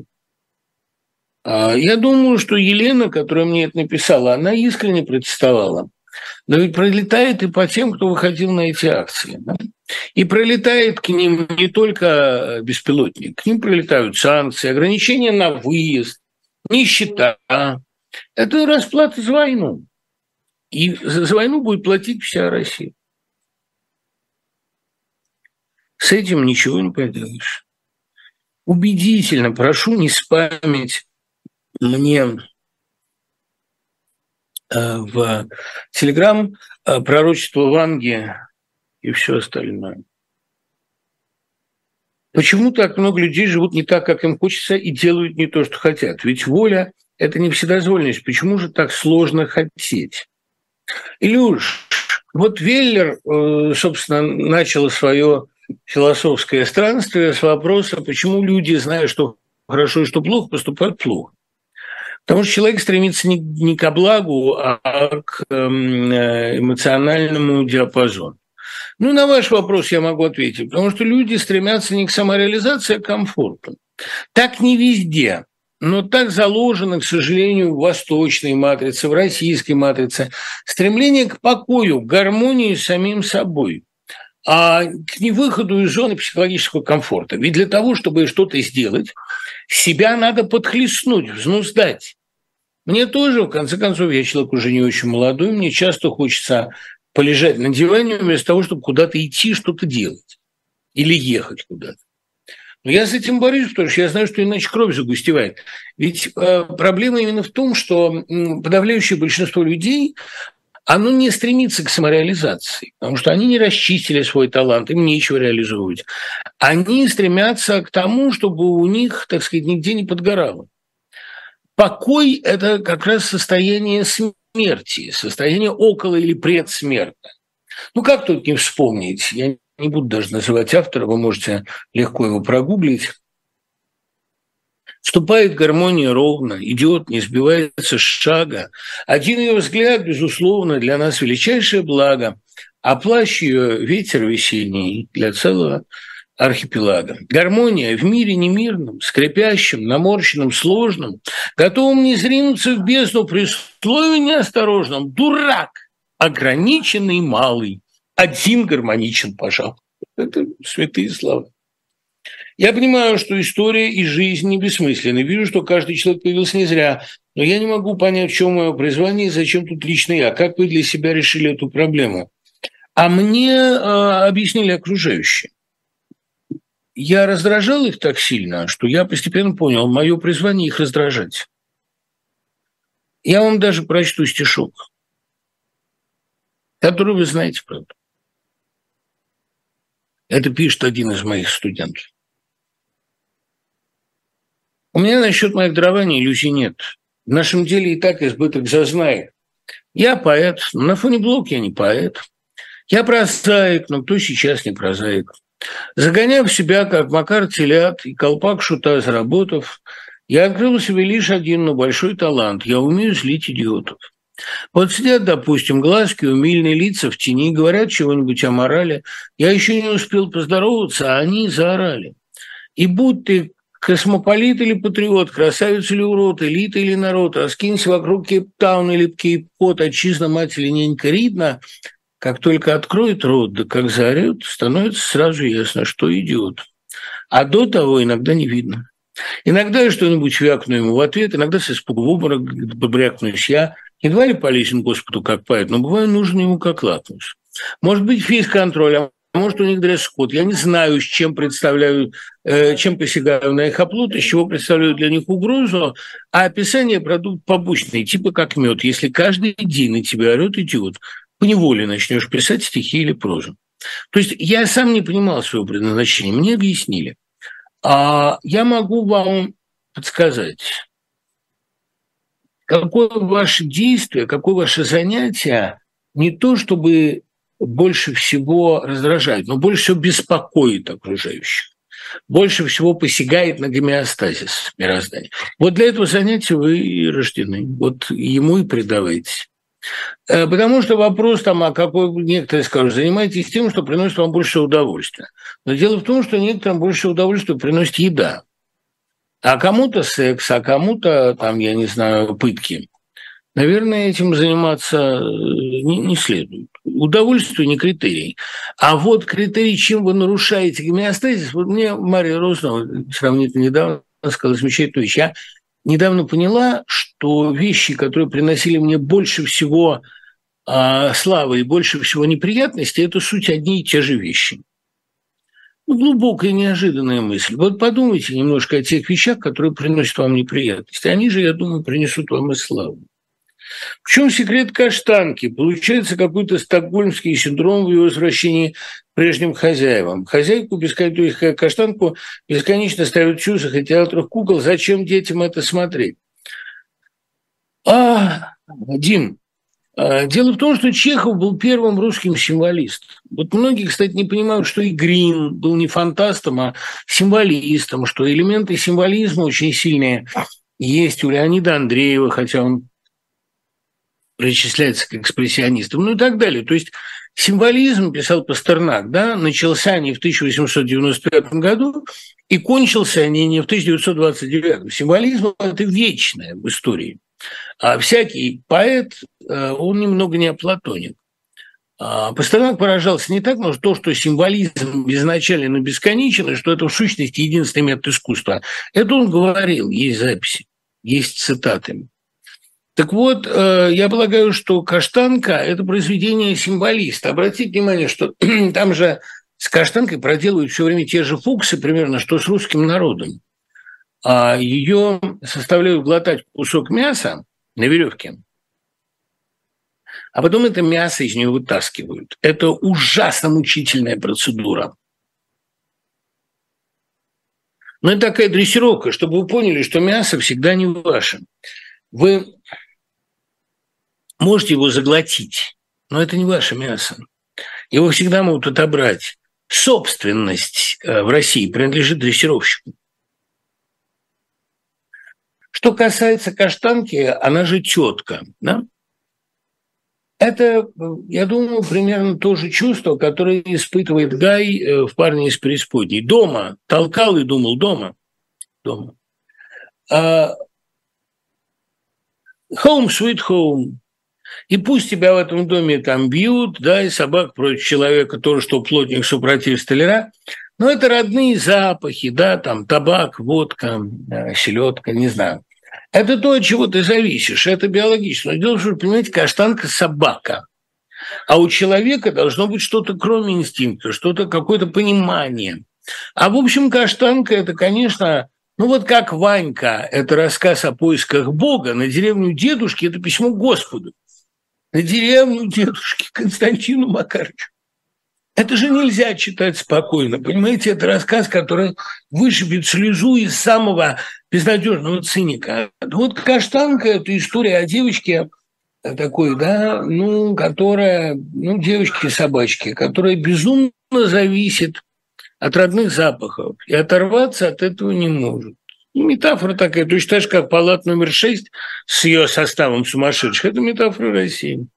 Я думаю, что Елена, которая мне это написала, она искренне протестовала. Но ведь пролетает и по тем, кто выходил на эти акции. Да? И пролетает к ним не только беспилотник, к ним прилетают санкции, ограничения на выезд, нищета. Это расплата за войну. И за войну будет платить вся Россия. С этим ничего не поделаешь. Убедительно прошу не спамить мне э, в Телеграм э, пророчество Ванги и все остальное. Почему так много людей живут не так, как им хочется, и делают не то, что хотят? Ведь воля – это не вседозволенность. Почему же так сложно хотеть? Илюш, вот Веллер, э, собственно, начал свое философское странствие с вопроса, почему люди, зная, что хорошо и что плохо, поступают плохо. Потому что человек стремится не, не к благу, а к эмоциональному диапазону. Ну, на ваш вопрос я могу ответить, потому что люди стремятся не к самореализации, а к комфорту. Так не везде, но так заложено, к сожалению, в восточной матрице, в российской матрице, стремление к покою, к гармонии с самим собой, а к невыходу из зоны психологического комфорта. Ведь для того, чтобы что-то сделать, себя надо подхлестнуть, взнуздать. Мне тоже, в конце концов, я человек уже не очень молодой, мне часто хочется полежать на диване вместо того, чтобы куда-то идти, что-то делать или ехать куда-то. Но я с этим борюсь, потому что я знаю, что иначе кровь загустевает. Ведь э, проблема именно в том, что э, подавляющее большинство людей, оно не стремится к самореализации, потому что они не расчистили свой талант, им нечего реализовывать. Они стремятся к тому, чтобы у них, так сказать, нигде не подгорало. Покой – это как раз состояние смерти, состояние около или предсмертное. Ну, как тут не вспомнить? Я не буду даже называть автора, вы можете легко его прогуглить. Вступает гармония ровно, идет, не сбивается с шага. Один ее взгляд, безусловно, для нас величайшее благо, а плащ ее – ветер весенний для целого архипелага. Гармония в мире немирном, скрипящем, наморщенном, сложном, готовым не зринуться в бездну при слове неосторожном. Дурак, ограниченный малый, один гармоничен, пожалуй. Это святые слова. Я понимаю, что история и жизнь не бессмысленны. Вижу, что каждый человек появился не зря, но я не могу понять, в чем мое призвание и зачем тут лично я. Как вы для себя решили эту проблему? А мне э, объяснили окружающие. Я раздражал их так сильно, что я постепенно понял, мое призвание их раздражать. Я вам даже прочту стишок, который вы знаете, правда. Это пишет один из моих студентов. У меня насчет моих дарований иллюзий нет. В нашем деле и так избыток зазнай. Я поэт, но на фоне Блока я не поэт. Я прозаик, но кто сейчас не прозаик? Загоняв себя, как Макар телят и колпак шута заработав, я открыл себе лишь один, но большой талант. Я умею злить идиотов. Вот сидят, допустим, глазки, умильные лица в тени, говорят чего-нибудь о морали. Я еще не успел поздороваться, а они заорали. И будь ты космополит или патриот, красавец или урод, элита или народ, раскинься вокруг Кейптауна или Кейп-Кот, отчизна, мать или ненька Ридна, как только откроет рот, да как заорет, становится сразу ясно, что идиот. А до того иногда не видно. Иногда я что-нибудь вякну ему в ответ, иногда с испугу в обморок побрякнусь я. Едва ли полезен Господу как поэт, но бываю нужен ему как лакмус. Может быть, фейс-контроль, а может, у них дресс-код. Я не знаю, с чем представляю, э, чем посягаю на их оплот, из чего представляю для них угрозу, а описание продукт побочный, типа как мед. Если каждый день на тебя орёт идиот, поневоле начнешь писать стихи или прозу. То есть я сам не понимал своего предназначения, мне объяснили. А я могу вам подсказать, какое ваше действие, какое ваше занятие не то, чтобы больше всего раздражает, но больше всего беспокоит окружающих, больше всего посягает на гомеостазис мироздания. Вот для этого занятия вы и рождены, вот ему и предавайтесь. Потому что вопрос там, а какой некоторые скажут, занимайтесь тем, что приносит вам больше удовольствия. Но дело в том, что некоторым больше удовольствия приносит еда. А кому-то секс, а кому-то, там, я не знаю, пытки. Наверное, этим заниматься не, не следует. Удовольствие не критерий. А вот критерий, чем вы нарушаете гомеостазис, вот мне Мария Рознова сравнительно недавно сказала замечательную вещь. Я недавно поняла, что вещи, которые приносили мне больше всего э, славы и больше всего неприятностей, это суть одни и те же вещи. Ну, глубокая неожиданная мысль. Вот подумайте немножко о тех вещах, которые приносят вам неприятности. Они же, я думаю, принесут вам и славу. В чем секрет каштанки? Получается какой-то стокгольмский синдром в его возвращении к прежним хозяевам. Хозяйку, то есть каштанку, бесконечно ставят в чусах и театрах кукол. Зачем детям это смотреть? А, Дим, дело в том, что Чехов был первым русским символистом. Вот многие, кстати, не понимают, что и Грин был не фантастом, а символистом, что элементы символизма очень сильные есть у Леонида Андреева, хотя он причисляется к экспрессионистам, ну и так далее. То есть символизм, писал Пастернак, да, начался не в тысяча восемьсот девяносто пятом году и кончился они не в тысяча девятьсот двадцать девятом. Символизм – это вечное в истории. А всякий поэт, он немного неоплатоник. А Пастернак поражался не так, но то, что символизм безначален и бесконечен, и что это в сущности единственный метод искусства. Это он говорил, есть записи, есть цитаты. Так вот, я полагаю, что «Каштанка» – это произведение символиста. Обратите внимание, что там же с «Каштанкой» проделывают все время те же фуксы примерно, что с русским народом. А ее составляют глотать кусок мяса на веревке, а потом это мясо из нее вытаскивают. Это ужасно мучительная процедура. Но это такая дрессировка, чтобы вы поняли, что мясо всегда не ваше. Вы можете его заглотить, но это не ваше мясо. Его всегда могут отобрать. Собственность в России принадлежит дрессировщику. Что касается каштанки, она же тетка, да? Это, я думаю, примерно то же чувство, которое испытывает Гай в «Парне из преисподней». Дома. Толкал и думал, дома. Дома. Home sweet home. И пусть тебя в этом доме там бьют, да, и собак против человека, тоже, что плотник супротив столяра, но это родные запахи, да, там табак, водка, селедка, не знаю. Это то, от чего ты зависишь, это биологично. Но дело в том, что, понимаете, каштанка – собака. А у человека должно быть что-то кроме инстинкта, что-то, какое-то понимание. А, в общем, каштанка – это, конечно, ну вот как Ванька – это рассказ о поисках Бога, на деревню дедушки – это письмо Господу. На деревню дедушки Константину Макарычу. Это же нельзя читать спокойно, понимаете? Это рассказ, который вышибет слезу из самого безнадежного циника. Вот «Каштанка» – это история о девочке такой, да, ну, которая, ну, девочки-собачки, которая безумно зависит от родных запахов и оторваться от этого не может. Метафора такая, точно так же, как палат номер шесть с ее составом сумасшедших. Это метафора России.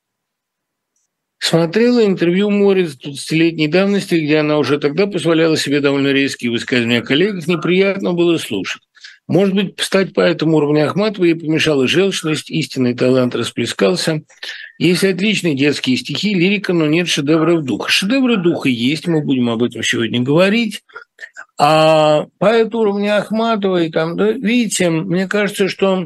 Смотрела интервью Морец двадцатилетней давности, где она уже тогда позволяла себе довольно резкие высказывания о коллегах. Неприятно было слушать. Может быть, стать по этому уровню Ахматовой ей помешала желчность, истинный талант расплескался. Есть отличные детские стихи, лирика, но нет шедевров духа. Шедевры духа есть, мы будем об этом сегодня говорить. А поэт уровня Ахматовой, там, да, видите, мне кажется, что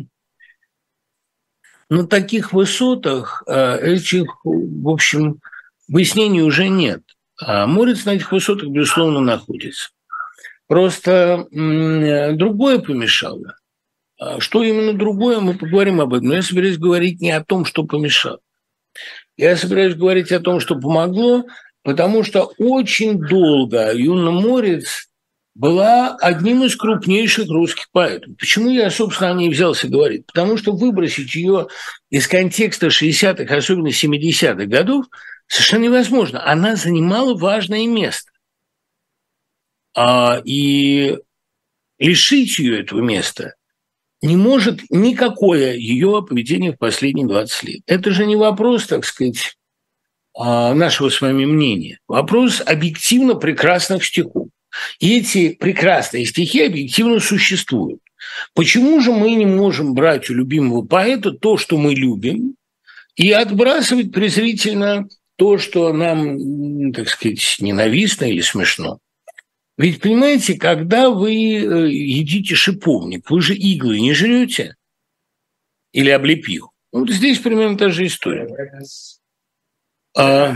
на таких высотах этих, в общем, выяснений уже нет. А Морец на этих высотах, безусловно, находится. Просто другое помешало. Что именно другое, мы поговорим об этом. Но я собираюсь говорить не о том, что помешало. Я собираюсь говорить о том, что помогло, потому что очень долго Юна Морец была одним из крупнейших русских поэтов. Почему я, собственно, о ней взялся говорить? Потому что выбросить ее из контекста шестидесятых, особенно семидесятых годов, совершенно невозможно. Она занимала важное место. А, и лишить ее этого места не может никакое ее поведение в последние двадцать лет. Это же не вопрос, так сказать, нашего с вами мнения. Вопрос объективно прекрасных стихов. И эти прекрасные стихи объективно существуют. Почему же мы не можем брать у любимого поэта то, что мы любим, и отбрасывать презрительно то, что нам, так сказать, ненавистно или смешно? Ведь, понимаете, когда вы едите шиповник, вы же иглы не жрете или облепиху. Вот здесь примерно та же история. А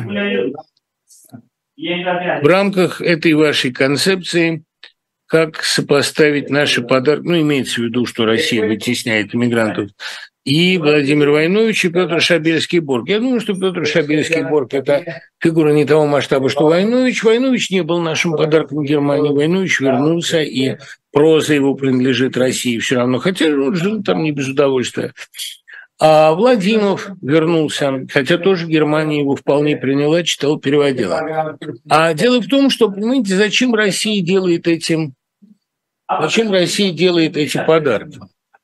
в рамках этой вашей концепции, как сопоставить наши подарки, ну, имеется в виду, что Россия вытесняет иммигрантов, и Владимир Войнович, и Петр Шабельский-Борг. Я думаю, что Петр Шабельский-Борг – это фигура не того масштаба, что Войнович. Войнович не был нашим подарком Германии. Войнович вернулся, и проза его принадлежит России все равно, хотя он жил там не без удовольствия. А Владимиров вернулся, хотя тоже Германия его вполне приняла, читал, переводила. А дело в том, что, понимаете, зачем Россия делает этим, зачем Россия делает эти подарки?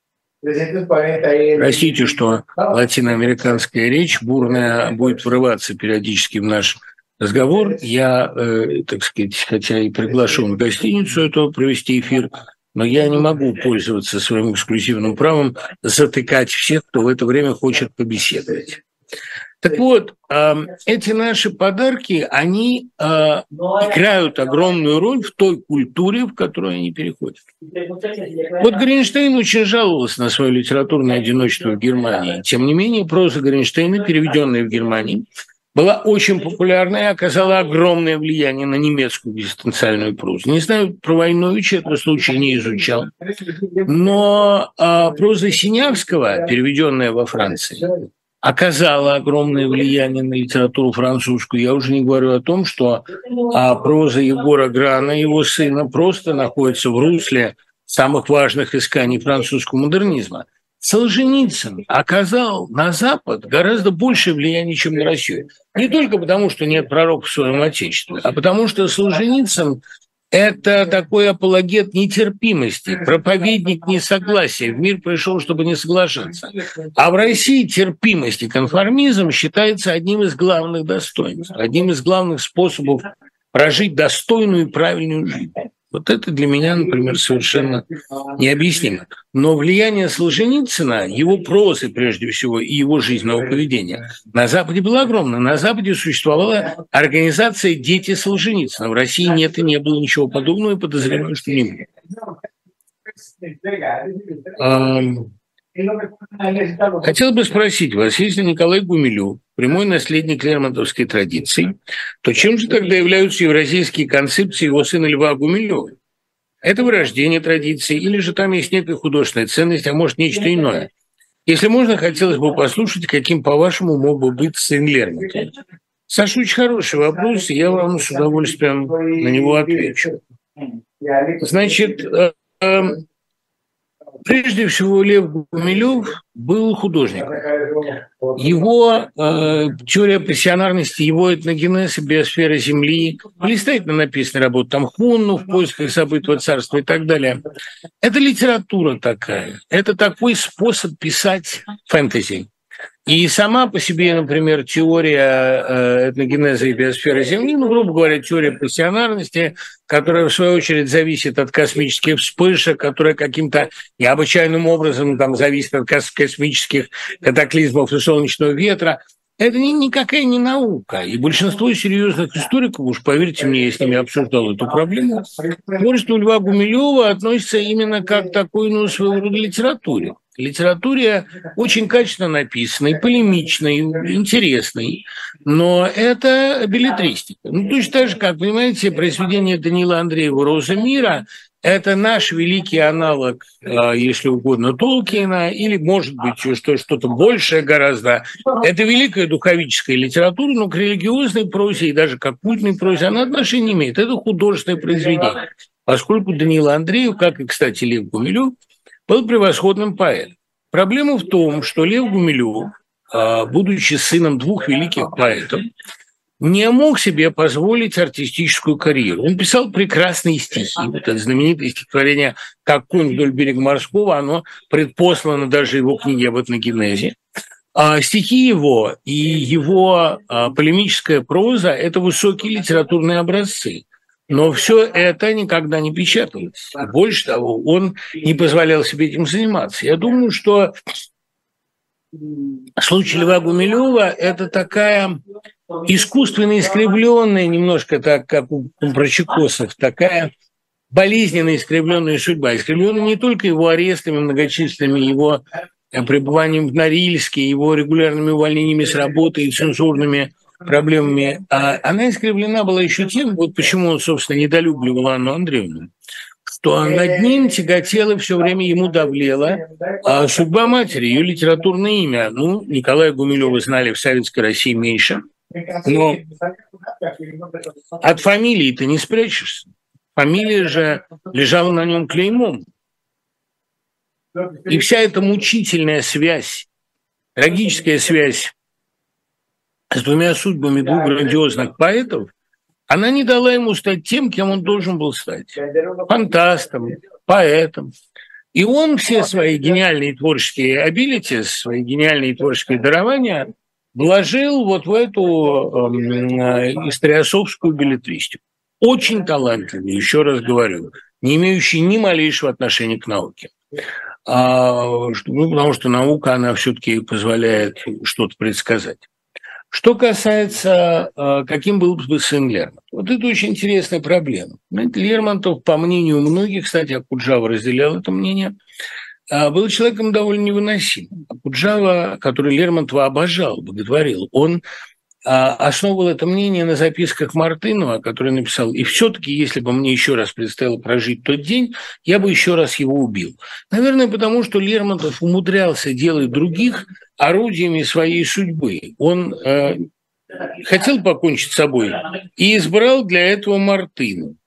Простите, что латиноамериканская речь бурная будет врываться периодически в наш разговор. Я, э, так сказать, хотя и приглашен в гостиницу этого провести эфир, но я не могу пользоваться своим эксклюзивным правом затыкать всех, кто в это время хочет побеседовать. Так вот, э, эти наши подарки, они э, играют огромную роль в той культуре, в которую они переходят. Вот Гринштейн очень жаловался на свое литературное одиночество в Германии. Тем не менее, проза Гринштейна, переведенная в Германии, была очень популярна и оказала огромное влияние на немецкую экзистенциальную прозу. Не знаю, про Войновича этого случая не изучал, но э, проза Синявского, переведенная во Франции, оказала огромное влияние на литературу французскую. Я уже не говорю о том, что а, проза Егора Грана, его сына, просто находится в русле самых важных исканий французского модернизма. Солженицын оказал на Запад гораздо большее влияние, чем на Россию. Не только потому, что нет пророка в своем Отечестве, а потому что Солженицын – это такой апологет нетерпимости, проповедник несогласия. В мир пришел, чтобы не соглашаться. А в России терпимость и конформизм считается одним из главных достоинств, одним из главных способов прожить достойную и правильную жизнь. Вот это для меня, например, совершенно необъяснимо. Но влияние Солженицына, его прозы прежде всего и его жизненного поведения на Западе было огромно. На Западе существовала организация «Дети Солженицына». В России нет и не было ничего подобного, и подозреваю, что не было. Хотел бы спросить вас, если Николай Гумилев прямой наследник лермонтовской традиции, то чем же тогда являются евразийские концепции его сына Льва Гумилева? Это вырождение традиции, или же там есть некая художественная ценность, а может, нечто иное? Если можно, хотелось бы послушать, каким, по-вашему, мог бы быть сын Лермонтова. Саша, очень хороший вопрос, и я вам с удовольствием на него отвечу. Значит, э, э, прежде всего, Лев Гумилев был художником. Его э, теория пассионарности, его этногенез и биосфера Земли, блистательно написана работа, там Хунну в поисках забытого царства и так далее. Это литература такая, это такой способ писать фэнтези. И сама по себе, например, теория этногенеза и биосферы Земли, ну, грубо говоря, теория пассионарности, которая, в свою очередь, зависит от космических вспышек, которая каким-то необычайным образом там, зависит от космических катаклизмов и солнечного ветра, это ни, никакая не наука. И большинство серьезных историков, уж поверьте мне, я с ними обсуждал эту проблему, творчество Льва Гумилева относится именно как к такой, ну, своего рода литературе. Литературе очень качественно написанной, полемичной, интересной, но это беллетристика. Ну, точно так же, как, понимаете, произведение Даниила Андреева «Роза мира» – это наш великий аналог, если угодно, Толкиена, или, может быть, что-то большее гораздо. Это великая духовическая литература, но к религиозной прозе и даже к оккультной прозе она отношения не имеет. Это художественное произведение, поскольку Даниил Андреев, как и, кстати, Лев Гумилев, был превосходным поэтом. Проблема в том, что Лев Гумилев, будучи сыном двух великих поэтов, не мог себе позволить артистическую карьеру. Он писал прекрасные стихи. Вот это знаменитое стихотворение «Как конь вдоль берега морского», оно предпослано даже его книге об этногенезе. А стихи его и его а, полемическая проза – это высокие литературные образцы. Но все это никогда не печаталось. Больше того, он не позволял себе этим заниматься. Я думаю, что случай Льва Гумилева – это такая искусственно искривленная, немножко так, как у Прочекосов, такая болезненно искривленная судьба. Искривленная не только его арестами многочисленными, его пребыванием в Норильске, его регулярными увольнениями с работы и цензурными проблемами, а она искривлена была еще тем, вот почему он, собственно, недолюбливал Анну Андреевну, что над ним тяготела, все время ему давлела а судьба матери, ее литературное имя. Ну, Николая Гумилева знали в Советской России меньше, но от фамилии ты не спрячешься. Фамилия же лежала на нем клеймом. И вся эта мучительная связь, трагическая связь с двумя судьбами двух грандиозных поэтов, она не дала ему стать тем, кем он должен был стать. Фантастом, поэтом. И он все свои гениальные творческие абилити, свои гениальные творческие дарования вложил вот в эту э, историосовскую беллетристику. Очень талантливый, еще раз говорю, не имеющий ни малейшего отношения к науке. А, ну, потому что наука, она все-таки позволяет что-то предсказать. Что касается, каким был бы сын Лермонтов. Вот это очень интересная проблема. Лермонтов, по мнению многих, кстати, Окуджава разделял это мнение, был человеком довольно невыносимым. Окуджава, который Лермонтова обожал, боготворил, он основывал это мнение на записках Мартынова, который написал: «И все-таки, если бы мне еще раз предстояло прожить тот день, я бы еще раз его убил». Наверное, потому что Лермонтов умудрялся делать других орудиями своей судьбы. Он э, хотел покончить с собой и избрал для этого Мартына.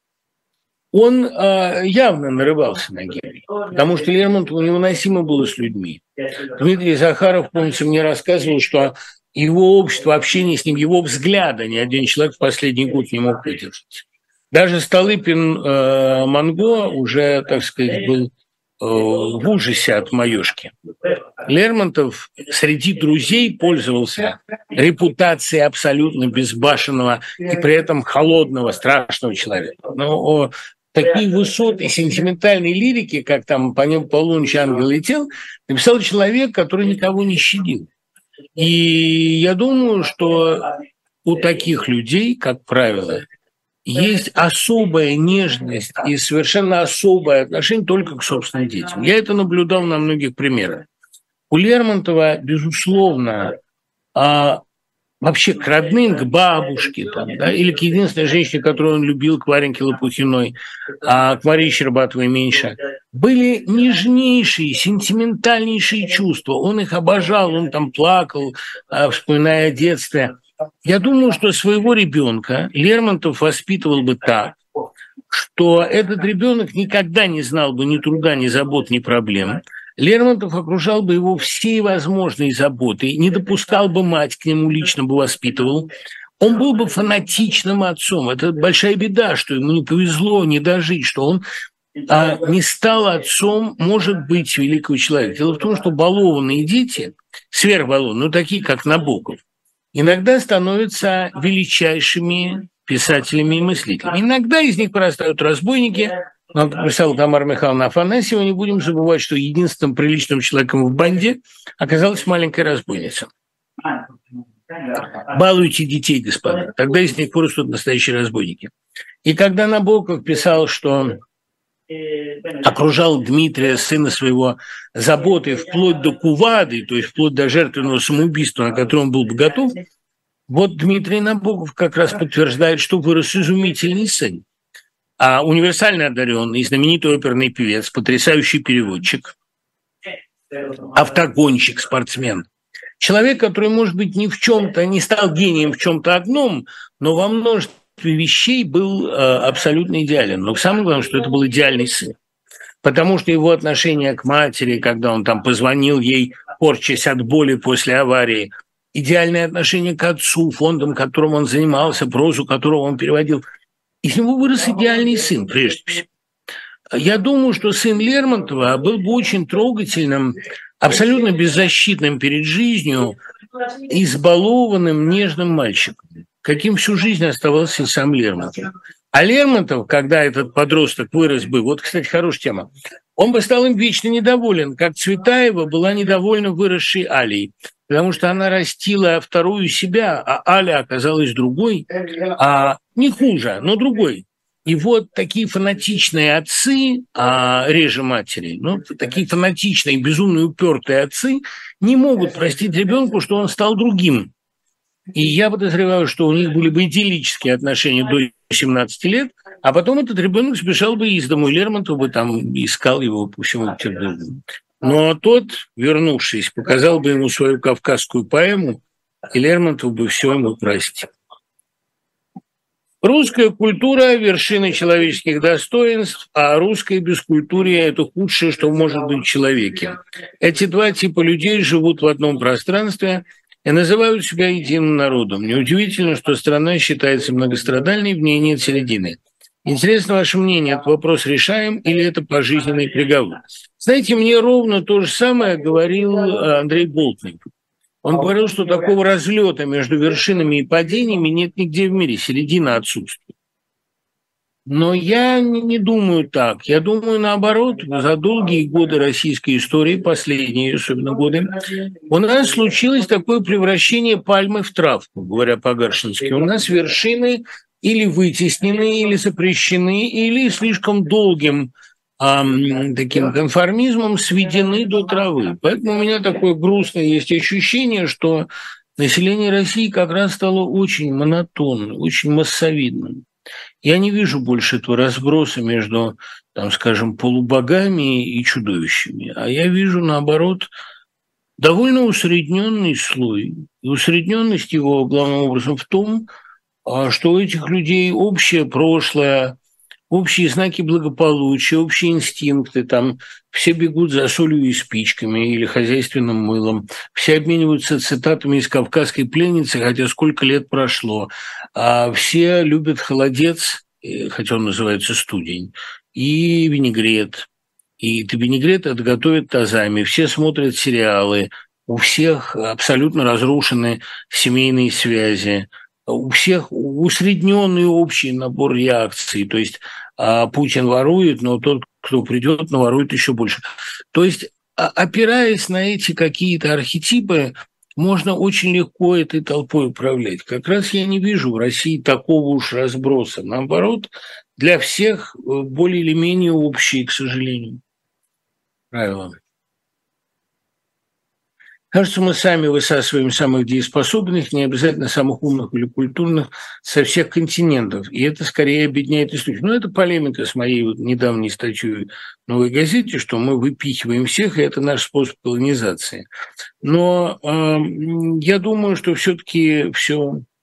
Он э, явно нарывался на гибель, потому что Лермонтову невыносимо было с людьми. Дмитрий Захаров, помнится, мне рассказывал, что его общество, общение с ним, его взгляда ни один человек в последний год не мог выдержать. Даже Столыпин э, Монго уже, так сказать, был э, в ужасе от маёшки. Лермонтов среди друзей пользовался репутацией абсолютно безбашенного и при этом холодного, страшного человека. Но такие высоты сентиментальной лирики, как там «По небу полуночи ангел летел», написал человек, который никого не щадил. И я думаю, что у таких людей, как правило, есть особая нежность и совершенно особое отношение только к собственным детям. Я это наблюдал на многих примерах. У Лермонтова, безусловно, а вообще к родным, к бабушке, там, да, или к единственной женщине, которую он любил, к Вареньке Лопухиной, а к Марии Щербатовой меньше, были нежнейшие, сентиментальнейшие чувства. Он их обожал, он там плакал, вспоминая детство. Я думаю, что своего ребенка Лермонтов воспитывал бы так, что этот ребенок никогда не знал бы ни труда, ни забот, ни проблем. Лермонтов окружал бы его всей возможной заботой, не допускал бы мать, к нему лично бы воспитывал. Он был бы фанатичным отцом. Это большая беда, что ему не повезло не дожить, что он а, не стал отцом, может быть, великого человека. Дело в том, что балованные дети, сверхбалованные, ну, такие, как Набоков, иногда становятся величайшими писателями и мыслителями. Иногда из них вырастают разбойники. Нам писала Тамара Михайловна Афанасьева, не будем забывать, что единственным приличным человеком в банде оказалась маленькая разбойница. Балуйте детей, господа, тогда из них вырастут настоящие разбойники. И когда Набоков писал, что окружал Дмитрия, сына своего, заботой вплоть до кувады, то есть вплоть до жертвенного самоубийства, на которое он был бы готов, вот Дмитрий Набоков как раз подтверждает, что вырос изумительный сын. А универсально одаренный, знаменитый оперный певец, потрясающий переводчик, автогонщик, спортсмен. Человек, который, может быть, ни в чем-то не стал гением в чем-то одном, но во множестве вещей был э, абсолютно идеален. Но самое главное, что это был идеальный сын. Потому что его отношение к матери, когда он там позвонил ей, корчась от боли после аварии, идеальное отношение к отцу, фондом, которым он занимался, прозу которого он переводил, из него вырос идеальный сын, прежде всего. Я думаю, что сын Лермонтова был бы очень трогательным, абсолютно беззащитным перед жизнью, избалованным, нежным мальчиком, каким всю жизнь оставался и сам Лермонтов. А Лермонтов, когда этот подросток вырос бы, вот, кстати, хорошая тема, он бы стал им вечно недоволен, как Цветаева была недовольна выросшей Алей, потому что она растила вторую себя, а Аля оказалась другой, а не хуже, но другой. И вот такие фанатичные отцы, а реже матери, ну, такие фанатичные, безумно упертые отцы не могут простить ребенку, что он стал другим. И я подозреваю, что у них были бы идиллические отношения до семнадцати лет, а потом этот ребенок сбежал бы из дому, и Лермонтов бы там искал его по всему Петербургу. Но тот, вернувшись, показал бы ему свою кавказскую поэму, и Лермонтов бы все ему простил. Русская культура – вершина человеческих достоинств, а русское бескультурие – это худшее, что может быть в человеке. Эти два типа людей живут в одном пространстве и называют себя единым народом. Неудивительно, что страна считается многострадальной, в ней нет середины. Интересно ваше мнение, этот вопрос решаем или это пожизненный приговор? Знаете, мне ровно то же самое говорил Андрей Болтник. Он говорил, что такого разлета между вершинами и падениями нет нигде в мире, середина отсутствует. Но я не думаю так. Я думаю, наоборот, за долгие годы российской истории, последние особенно годы, у нас случилось такое превращение пальмы в травку, говоря по-гаршински. У нас вершины или вытеснены, или запрещены, или слишком долгим а, таким конформизмом сведены до травы. Поэтому у меня такое грустное есть ощущение, что население России как раз стало очень монотонным, очень массовидным. Я не вижу больше этого разброса между, там, скажем, полубогами и чудовищами, а я вижу, наоборот, довольно усредненный слой. И усредненность его, главным образом, в том, что у этих людей общее прошлое, общие знаки благополучия, общие инстинкты, там все бегут за солью и спичками или хозяйственным мылом, все обмениваются цитатами из «Кавказской пленницы», хотя сколько лет прошло, а все любят холодец, хотя он называется студень, и винегрет. И винегрет это готовят тазами, все смотрят сериалы, у всех абсолютно разрушены семейные связи, у всех усредненный общий набор реакций, то есть а, Путин ворует, но тот, кто придет, наворует еще больше. То есть, а, опираясь на эти какие-то архетипы, можно очень легко этой толпой управлять. Как раз я не вижу в России такого уж разброса. Наоборот, для всех более или менее общие, к сожалению, правила. Кажется, мы сами высасываем самых дееспособных, не обязательно самых умных или культурных, со всех континентов. И это скорее объединяет историю. Но это полемика с моей вот недавней статьей в «Новой газете», что мы выпихиваем всех, и это наш способ колонизации. Но э, я думаю, что все-таки все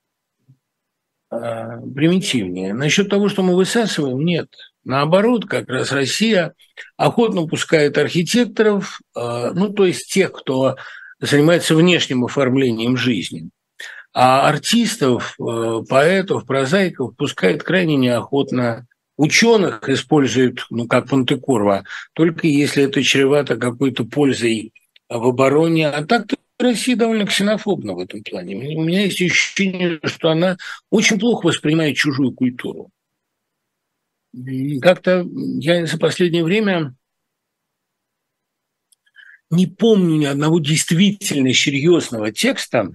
э, примитивнее. Насчет того, что мы высасываем, нет. Наоборот, как раз Россия охотно пускает архитекторов, э, ну, то есть тех, кто занимается внешним оформлением жизни. А артистов, э, поэтов, прозаиков пускает крайне неохотно. Ученых используют, ну, как Понтекорво, только если это чревато какой-то пользой в обороне. А так-то Россия довольно ксенофобна в этом плане. У меня есть ощущение, что она очень плохо воспринимает чужую культуру. Как-то я за последнее время не помню ни одного действительно серьезного текста,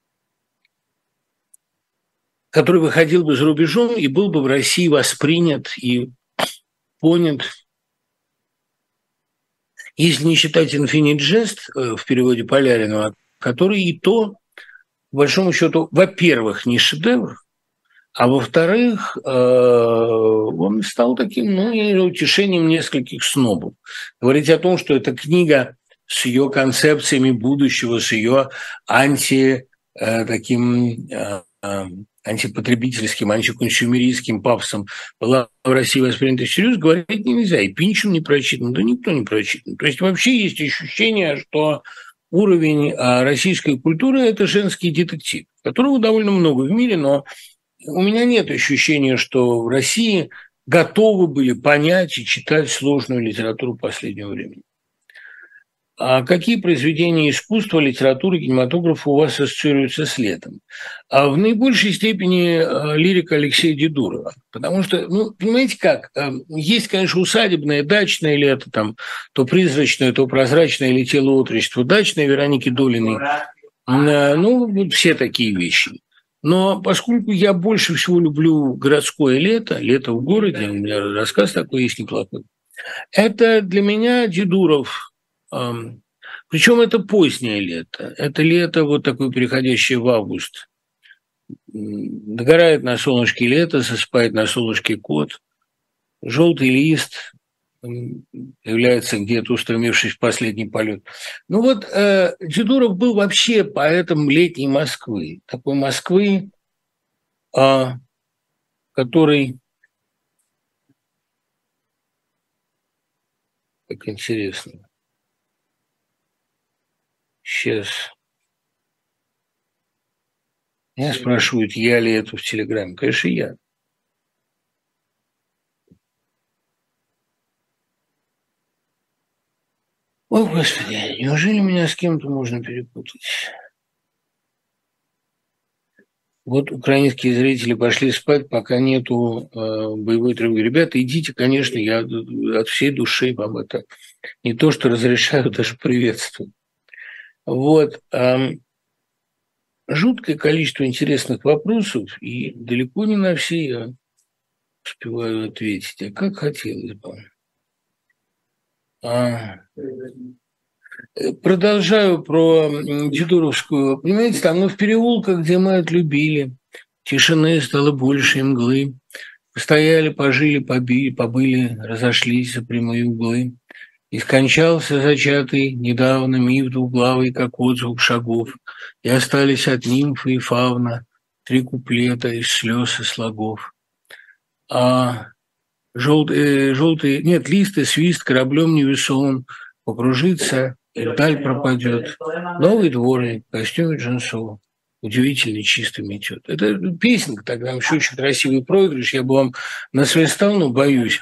который выходил бы за рубежом и был бы в России воспринят и понят. Если не считать «Infinite Jest» в переводе Поляринова, который и то, по большому счету, во-первых, не шедевр, а во-вторых, он стал таким, ну, утешением нескольких снобов. Говорить о том, что эта книга с ее концепциями будущего, с ее анти таким антипотребительским, антиконсюмеристским пафосом была в России воспринята всерьез, говорить нельзя. И Пинчем не прочитан, да никто не прочитан. То есть вообще есть ощущение, что уровень российской культуры – это женский детектив, которого довольно много в мире, но у меня нет ощущения, что в России готовы были понять и читать сложную литературу последнего времени. А какие произведения искусства, литературы, кинематографа у вас ассоциируются с летом? А в наибольшей степени лирика Алексея Дедурова. Потому что, ну, понимаете как, есть, конечно, усадебное, дачное лето, там, то призрачное, то прозрачное летело отрочество, дачное Вероники Долиной. Ну, вот все такие вещи. Но поскольку я больше всего люблю городское лето, лето в городе, у меня рассказ такой есть неплохой, это для меня Дедуров. Причем это позднее лето. Это лето вот такое переходящее в август. Догорает на солнышке лето, засыпает на солнышке кот. Желтый лист появляется где-то, устремившись в последний полет. Ну вот э, Дедуров был вообще поэтом летней Москвы. Такой Москвы, э, который... Как интересно. Сейчас. Меня спрашивают, я ли это в Телеграме. Конечно, я. О, Господи, неужели меня с кем-то можно перепутать? Вот украинские зрители пошли спать, пока нету э, боевой тревоги. Ребята, идите, конечно, я от всей души вам это не то, что разрешаю, даже приветствую. Вот. Э, жуткое количество интересных вопросов, и далеко не на все я успеваю ответить. А как хотелось бы. А, продолжаю про Дедуровскую. Понимаете, там, ну, в переулках, где мы отлюбили, тишины стало больше, и мглы. Постояли, пожили, побили, побыли, разошлись за прямые углы. И скончался зачатый недавно миф двуглавый, как отзвук шагов. И остались от нимфы и фавна три куплета из слез и слогов. А желтый, желтый, нет, лист и свист кораблем невесомым покружится, и вдаль пропадет. Новый дворник в костюме Джинсова удивительно чисто метет. Это песенка, тогда еще очень красивый проигрыш, я бы вам насвистал, но боюсь.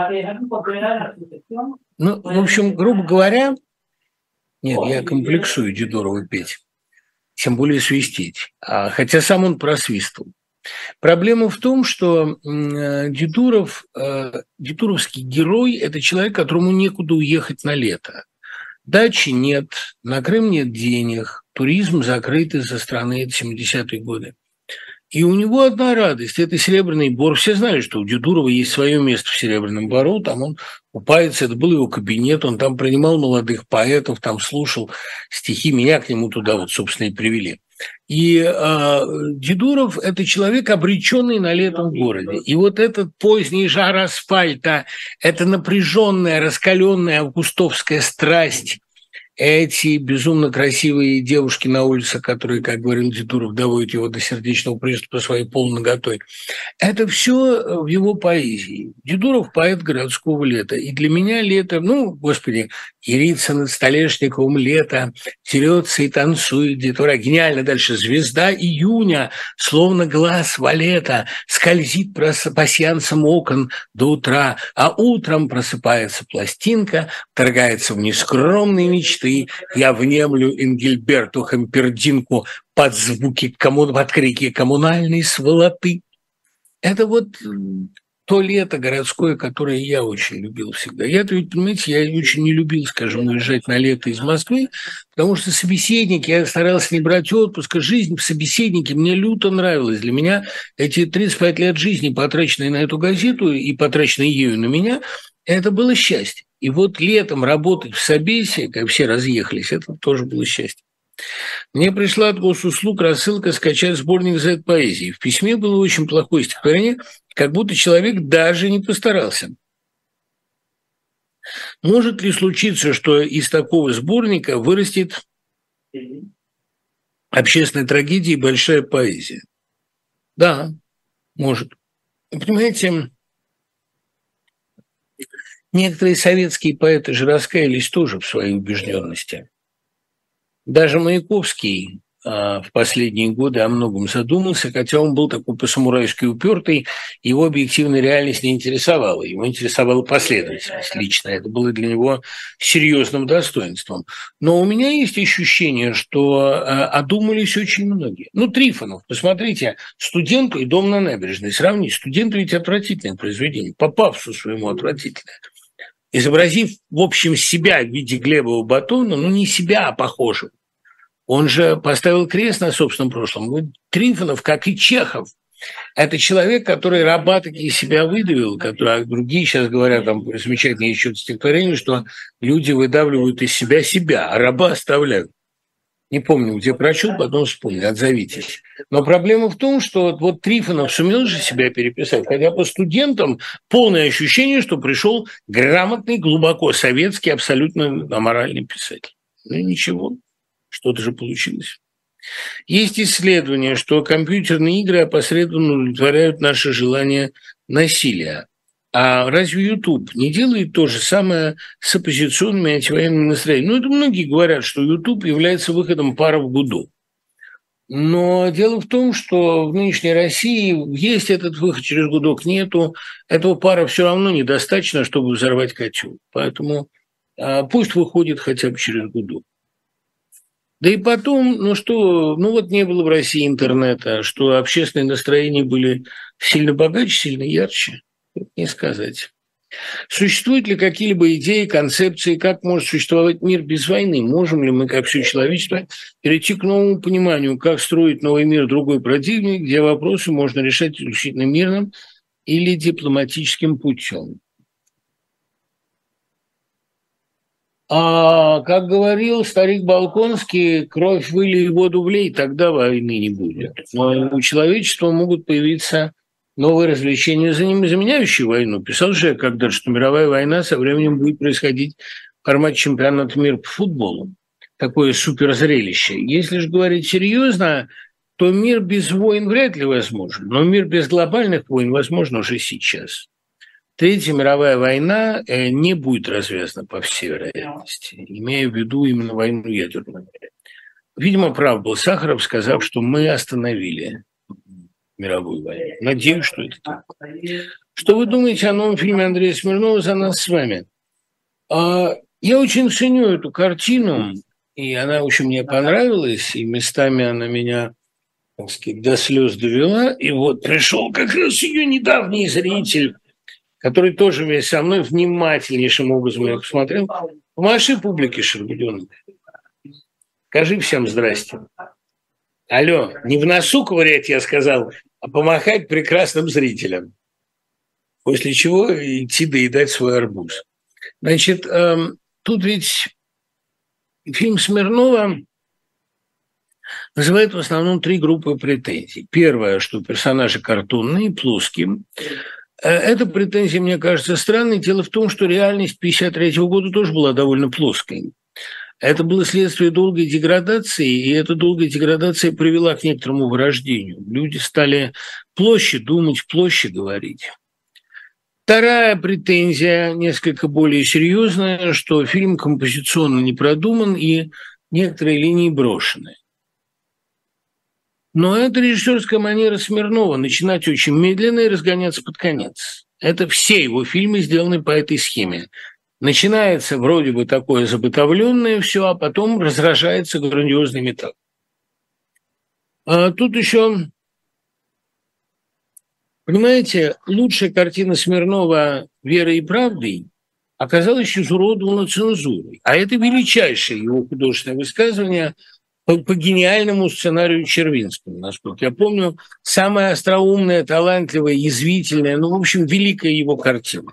Ну, в общем, грубо говоря, нет, я комплексую Дедурова петь, тем более свистеть, а, хотя сам он просвистывал. Проблема в том, что Дедуров, дедуровский герой – это человек, которому некуда уехать на лето. Дачи нет, на Крым нет денег, туризм закрыт из-за страны, это семидесятые годы. И у него одна радость – это Серебряный Бор. Все знали, что у Дедурова есть свое место в Серебряном Бору, там он купается, это был его кабинет, он там принимал молодых поэтов, там слушал стихи, меня к нему туда вот, собственно, и привели. И э, Дедуров – это человек, обреченный на летом в городе. И вот этот поздний жар асфальта, эта напряженная, раскаленная августовская страсть эти безумно красивые девушки на улице, которые, как говорил Дедуров, доводят его до сердечного приступа своей полноготой. Это все в его поэзии. Дедуров – поэт городского лета. И для меня лето, ну, господи, ярится над Столешниковым лето, терется и танцует детвора. Гениально дальше. Звезда июня, словно глаз валета, скользит по сеансам окон до утра, а утром просыпается пластинка, вторгается в нескромные мечты. Я внемлю Энгельберту Хампердинку под звуки, коммун... под крики коммунальной сволоты. Это вот то лето городское, которое я очень любил всегда. Я-то ведь, понимаете, я очень не любил, скажем, уезжать на лето из Москвы, потому что собеседники, я старался не брать отпуск, жизнь в собеседнике мне люто нравилась. Для меня эти тридцать пять лет жизни, потраченные на эту газету и потраченные ею на меня, это было счастье. И вот летом работать в Собесе, как все разъехались, это тоже было счастье. Мне пришла от госуслуг рассылка скачать сборник зет-поэзии. В письме было очень плохое стихотворение, как будто человек даже не постарался. Может ли случиться, что из такого сборника вырастет общественная трагедия и большая поэзия? Да, может. Понимаете, некоторые советские поэты же раскаялись тоже в своей убежденности. Даже Маяковский а, в последние годы о многом задумался, хотя он был такой по-самурайски упертый, его объективная реальность не интересовала. Его интересовала последовательность лично. Это было для него серьезным достоинством. Но у меня есть ощущение, что а, одумались очень многие. Ну, Трифонов, посмотрите, «Студенту» и «Дом на набережной». Сравните, «Студент» ведь отвратительное произведение, по пафосу своему отвратительное. Изобразив, в общем, себя в виде Глебова батона, ну, не себя, а похожего. Он же поставил крест на собственном прошлом. Трифонов, как и Чехов, это человек, который раба таки из себя выдавил, который, а другие сейчас говорят, там, замечательное еще стихотворение, что люди выдавливают из себя себя, а раба оставляют. Не помню, где прочел, потом вспомнил, отзовитесь. Но проблема в том, что вот Трифонов сумел же себя переписать, хотя по студентам полное ощущение, что пришел грамотный, глубоко советский, абсолютно аморальный писатель. Ну ничего, что-то же получилось. Есть исследование, что компьютерные игры опосредованно удовлетворяют наше желание насилия. А разве YouTube не делает то же самое с оппозиционными и антивоенными настроениями? Ну, это многие говорят, что YouTube является выходом пара в году. Но дело в том, что в нынешней России есть этот выход, через гудок нету. Этого пара все равно недостаточно, чтобы взорвать котел. Поэтому а, пусть выходит хотя бы через гудок. Да и потом, ну что, ну вот не было в России интернета, что общественные настроения были сильно богаче, сильно ярче. Не сказать. Существуют ли какие-либо идеи, концепции, как может существовать мир без войны? Можем ли мы, как все человечество, перейти к новому пониманию, как строить новый мир другой противник, где вопросы можно решать исключительно мирным или дипломатическим путем? А, как говорил старик Балконский, кровь вылей, воду влей, тогда войны не будет. Но у человечества могут появиться новые развлечения, заменяющие войну. Писал же когда-то, что мировая война со временем будет происходить в формате чемпионата мира по футболу. Такое суперзрелище. Если же говорить серьезно, то мир без войн вряд ли возможен. Но мир без глобальных войн возможен уже сейчас. Третья мировая война не будет развязана по всей вероятности, имея в виду именно войну ядерную. Видимо, прав был Сахаров, сказав, что мы остановили мировую войну. Надеюсь, что это так. Что вы думаете о новом фильме Андрея Смирнова «За нас с вами»? Я очень ценю эту картину, и она очень мне понравилась, и местами она меня, так сказать, до слез довела. И вот пришел как раз ее недавний зритель, который тоже вместе со мной внимательнейшим образом я посмотрел. Помаши публике, Шарбудёнок. Скажи всем здрасте. Алло, не в носу ковырять, я сказал, а помахать прекрасным зрителям. После чего идти доедать свой арбуз. Значит, эм, тут ведь фильм Смирнова вызывает в основном три группы претензий. Первое, что персонажи картонные, плоские. Эта претензия, мне кажется, странной. Дело в том, что реальность тысяча девятьсот пятьдесят третьего года тоже была довольно плоской. Это было следствие долгой деградации, и эта долгая деградация привела к некоторому вырождению. Люди стали площадь думать, площадь говорить. Вторая претензия, несколько более серьезная, что фильм композиционно не продуман и некоторые линии брошены. Но это режиссерская манера Смирнова – начинать очень медленно и разгоняться под конец. Это все его фильмы сделаны по этой схеме. Начинается вроде бы такое забытовленное все, а потом разражается грандиозный металл. А тут еще, понимаете, лучшая картина Смирнова «Верой и правдой» оказалась изуродована цензурой. А это величайшее его художественное высказывание по, по гениальному сценарию Червинского, насколько я помню, самая остроумная, талантливая, язвительная, ну, в общем, великая его картина.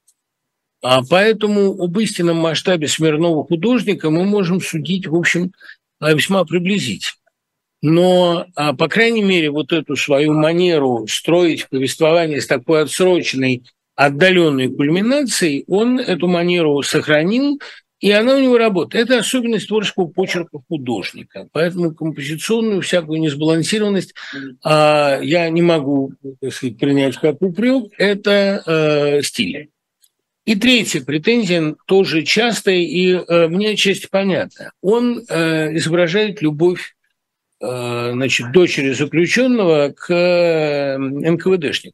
А поэтому об истинном масштабе Смирнова художника мы можем судить, в общем, весьма приблизительно. Но, по крайней мере, вот эту свою манеру строить повествование с такой отсроченной, отдаленной кульминацией, он эту манеру сохранил, и она у него работает. Это особенность творческого почерка художника. Поэтому композиционную всякую несбалансированность а, я не могу, так сказать, принять как упрек. Это э, стиль. И третья претензия тоже частая, и э, мне отчасти понятна. Он э, изображает любовь э, значит, дочери заключенного к э, эн ка вэ дэшнику.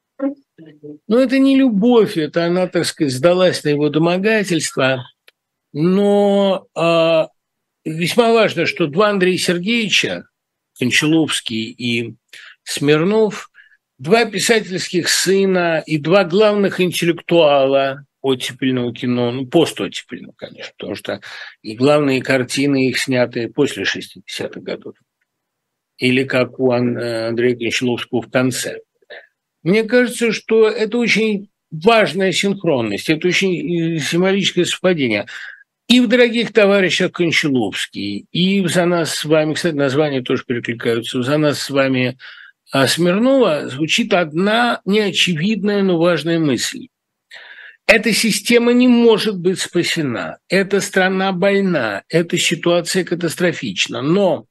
Но это не любовь, это она, так сказать, сдалась на его домогательство. Но э, весьма важно, что два Андрея Сергеевича, Кончаловский и Смирнов, два писательских сына и два главных интеллектуала оттепельного кино, ну, постоттепельного, конечно, потому что и главные картины их сняты после шестидесятых годов. Или как у Андрея Кончаловского в конце. Мне кажется, что это очень важная синхронность, это очень символическое совпадение. И в «Дорогих товарищах» Кончаловский, и в «За нас с вами», кстати, названия тоже перекликаются, в «За нас с вами» Смирнова звучит одна неочевидная, но важная мысль. Эта система не может быть спасена, эта страна больна, эта ситуация катастрофична, но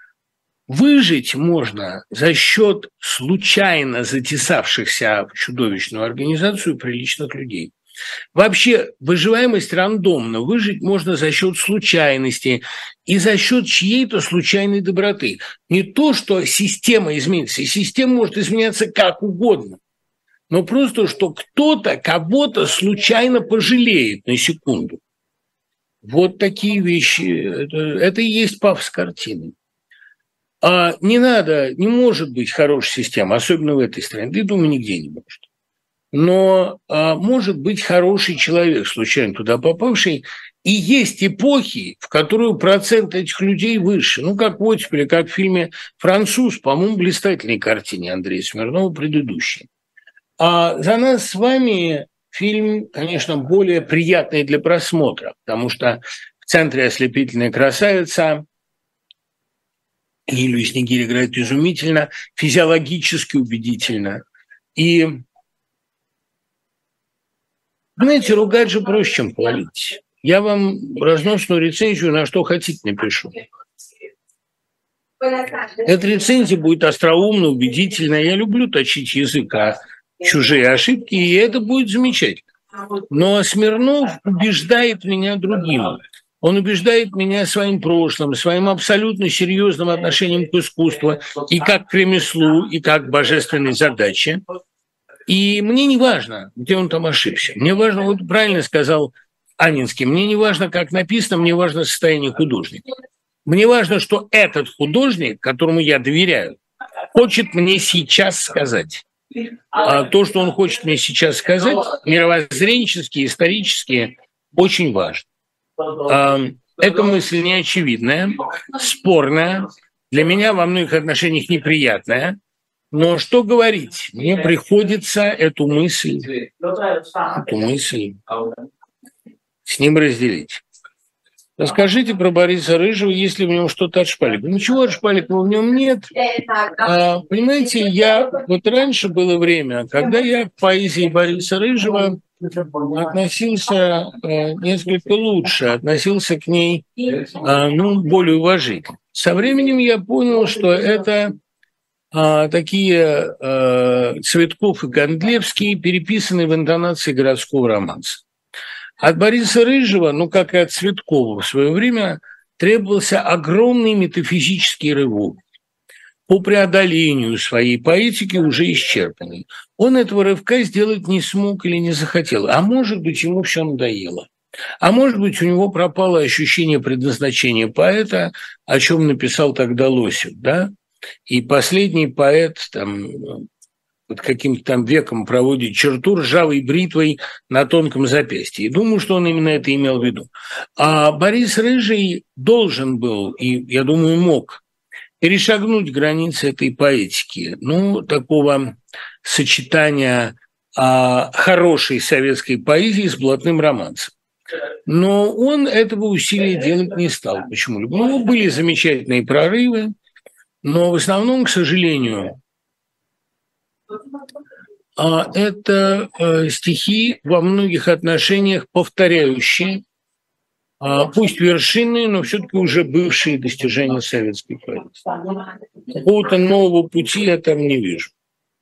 выжить можно за счет случайно затесавшихся в чудовищную организацию приличных людей. Вообще, выживаемость рандомно. Выжить можно за счет случайности и за счет чьей-то случайной доброты. Не то, что система изменится. Система может изменяться как угодно. Но просто, что кто-то кого-то случайно пожалеет на секунду. Вот такие вещи. Это, это и есть пафос картины. А не надо, не может быть хорошей системы, особенно в этой стране. Да и, думаю, нигде не может. Но а, может быть хороший человек, случайно туда попавший, и есть эпохи, в которую процент этих людей выше. Ну, как в «Оттепели», как в фильме «Француз», по-моему, блистательной картине Андрея Смирнова, предыдущей. А «За нас с вами» фильм, конечно, более приятный для просмотра, потому что в центре ослепительная красавица, Лилию Снегирь играет изумительно, физиологически убедительно. И знаете, ругать же проще, чем хвалить. Я вам разносную рецензию на что хотите напишу. Эта рецензия будет остроумно, убедительно. Я люблю точить язык о чужие ошибки, и это будет замечательно. Но Смирнов убеждает меня другим. Он убеждает меня своим прошлым, своим абсолютно серьезным отношением к искусству, и как к ремеслу, и как к божественной задаче. И мне не важно, где он там ошибся. Мне важно, вот правильно сказал Анинский, мне не важно, как написано, мне важно состояние художника. Мне важно, что этот художник, которому я доверяю, хочет мне сейчас сказать. А то, что он хочет мне сейчас сказать, мировоззренчески, исторически, очень важно. Эта мысль неочевидная, спорная, для меня во многих отношениях неприятная. Но что говорить? Мне приходится эту мысль, эту мысль с ним разделить. Расскажите про Бориса Рыжего, есть ли в нем что-то от Шпаликова. Ничего от Шпаликова в нем нет. А, понимаете, я вот раньше было время, когда я к поэзии Бориса Рыжего относился э, несколько лучше, относился к ней э, ну, более уважительно. Со временем я понял, что это э, такие э, Цветков и Гондлевский, переписанные в интонации городского романса. От Бориса Рыжего, ну, как и от Цветкова в свое время, требовался огромный метафизический рывок по преодолению своей поэтики, уже исчерпанной. Он этого рывка сделать не смог или не захотел, а может быть, ему все надоело. А может быть, у него пропало ощущение предназначения поэта, о чем написал тогда Лосев, да? И последний поэт там под каким-то там веком проводит черту ржавой бритвой на тонком запястье. И думаю, что он именно это имел в виду. А Борис Рыжий должен был, и, я думаю, мог перешагнуть границы этой поэтики, ну, такого сочетания а, хорошей советской поэзии с блатным романсом. Но он этого усилия делать не стал. Почему? У него были замечательные прорывы, но в основном, к сожалению, а, это а, стихи во многих отношениях повторяющие, а, пусть вершинные, но все-таки уже бывшие достижения советской поэзии. Какого-то нового пути я там не вижу.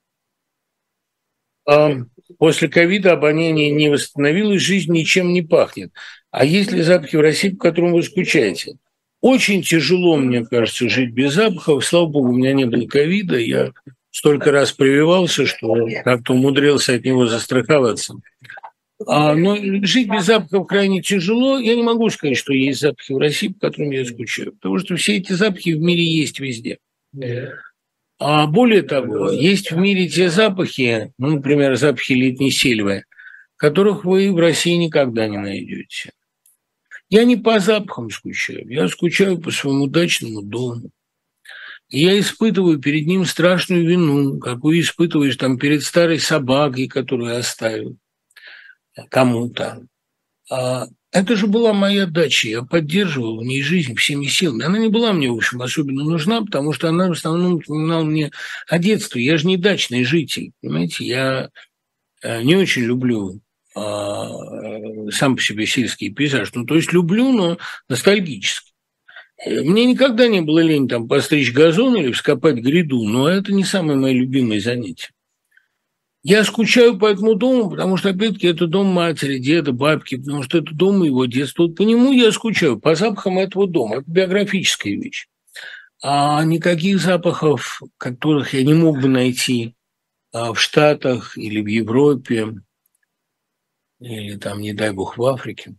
А после ковида обоняние не восстановилось, жизнь ничем не пахнет. А есть ли запахи в России, по которым вы скучаете? Очень тяжело, мне кажется, жить без запахов. Слава богу, у меня не было ковида. Я столько раз прививался, что как-то умудрился от него застраховаться. А, но жить без запахов крайне тяжело. Я не могу сказать, что есть запахи в России, по которым я скучаю. Потому что все эти запахи в мире есть везде. А более того, есть в мире те запахи, ну, например, запахи летней сельвы, которых вы в России никогда не найдете. Я не по запахам скучаю, я скучаю по своему дачному дому. И я испытываю перед ним страшную вину, какую испытываешь там перед старой собакой, которую оставил кому-то. А это же была моя дача, я поддерживал в ней жизнь всеми силами. Она не была мне, в общем, особенно нужна, потому что она в основном напоминала мне о детстве. Я же не дачный житель, понимаете, я не очень люблю а, сам по себе сельский пейзаж. Ну, то есть люблю, но ностальгически. Мне никогда не было лень там постричь газон или вскопать гряду, но это не самое мое любимое занятие. Я скучаю по этому дому, потому что, опять-таки, это дом матери, деда, бабки, потому что это дом моего детства. Вот по нему я скучаю, по запахам этого дома. Это биографическая вещь. А никаких запахов, которых я не мог бы найти в Штатах или в Европе, или там, не дай бог, в Африке.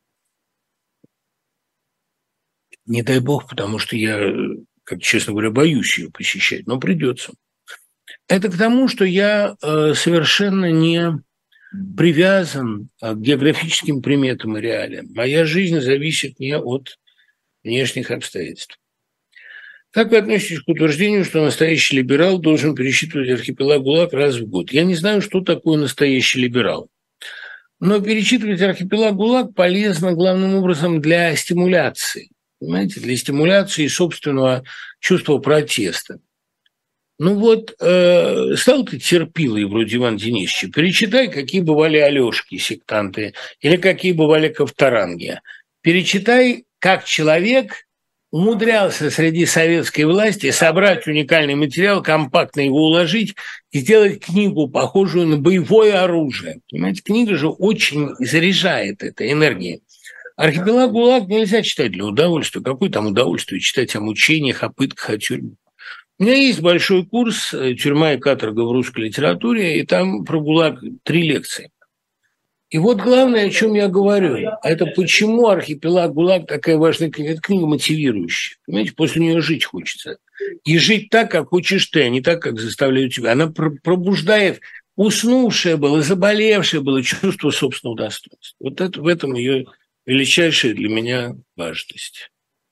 Не дай бог, потому что я, как честно говоря, боюсь ее посещать, но придется. Это к тому, что я э, совершенно не привязан к географическим приметам и реалиям. Моя жизнь зависит не от внешних обстоятельств. Как вы относитесь к утверждению, что настоящий либерал должен пересчитывать архипелаг ГУЛАГ раз в год? Я не знаю, что такое настоящий либерал. Но перечитывать архипелаг ГУЛАГ полезно главным образом для стимуляции. Понимаете, для стимуляции собственного чувства протеста. Ну вот, э, стал ты терпилой вроде Ивана Денисовича, перечитай, какие бывали Алёшки, сектанты, или какие бывали Ковторанги. Перечитай, как человек умудрялся среди советской власти собрать уникальный материал, компактно его уложить и сделать книгу, похожую на боевое оружие. Понимаете, книга же очень заряжает этой энергией. Архипелаг ГУЛАГ нельзя читать для удовольствия. Какое там удовольствие читать о мучениях, о пытках, о тюрьме? У меня есть большой курс «Тюрьма и каторга в русской литературе», и там про ГУЛАГ три лекции. И вот главное, о чем я говорю, это почему «Архипелаг ГУЛАГ» такая важная книга. Это книга мотивирующая. Понимаете, после нее жить хочется. И жить так, как хочешь ты, а не так, как заставляют тебя. Она пробуждает уснувшее было, заболевшее было чувство собственного достоинства. Вот это, в этом ее величайшая для меня важность.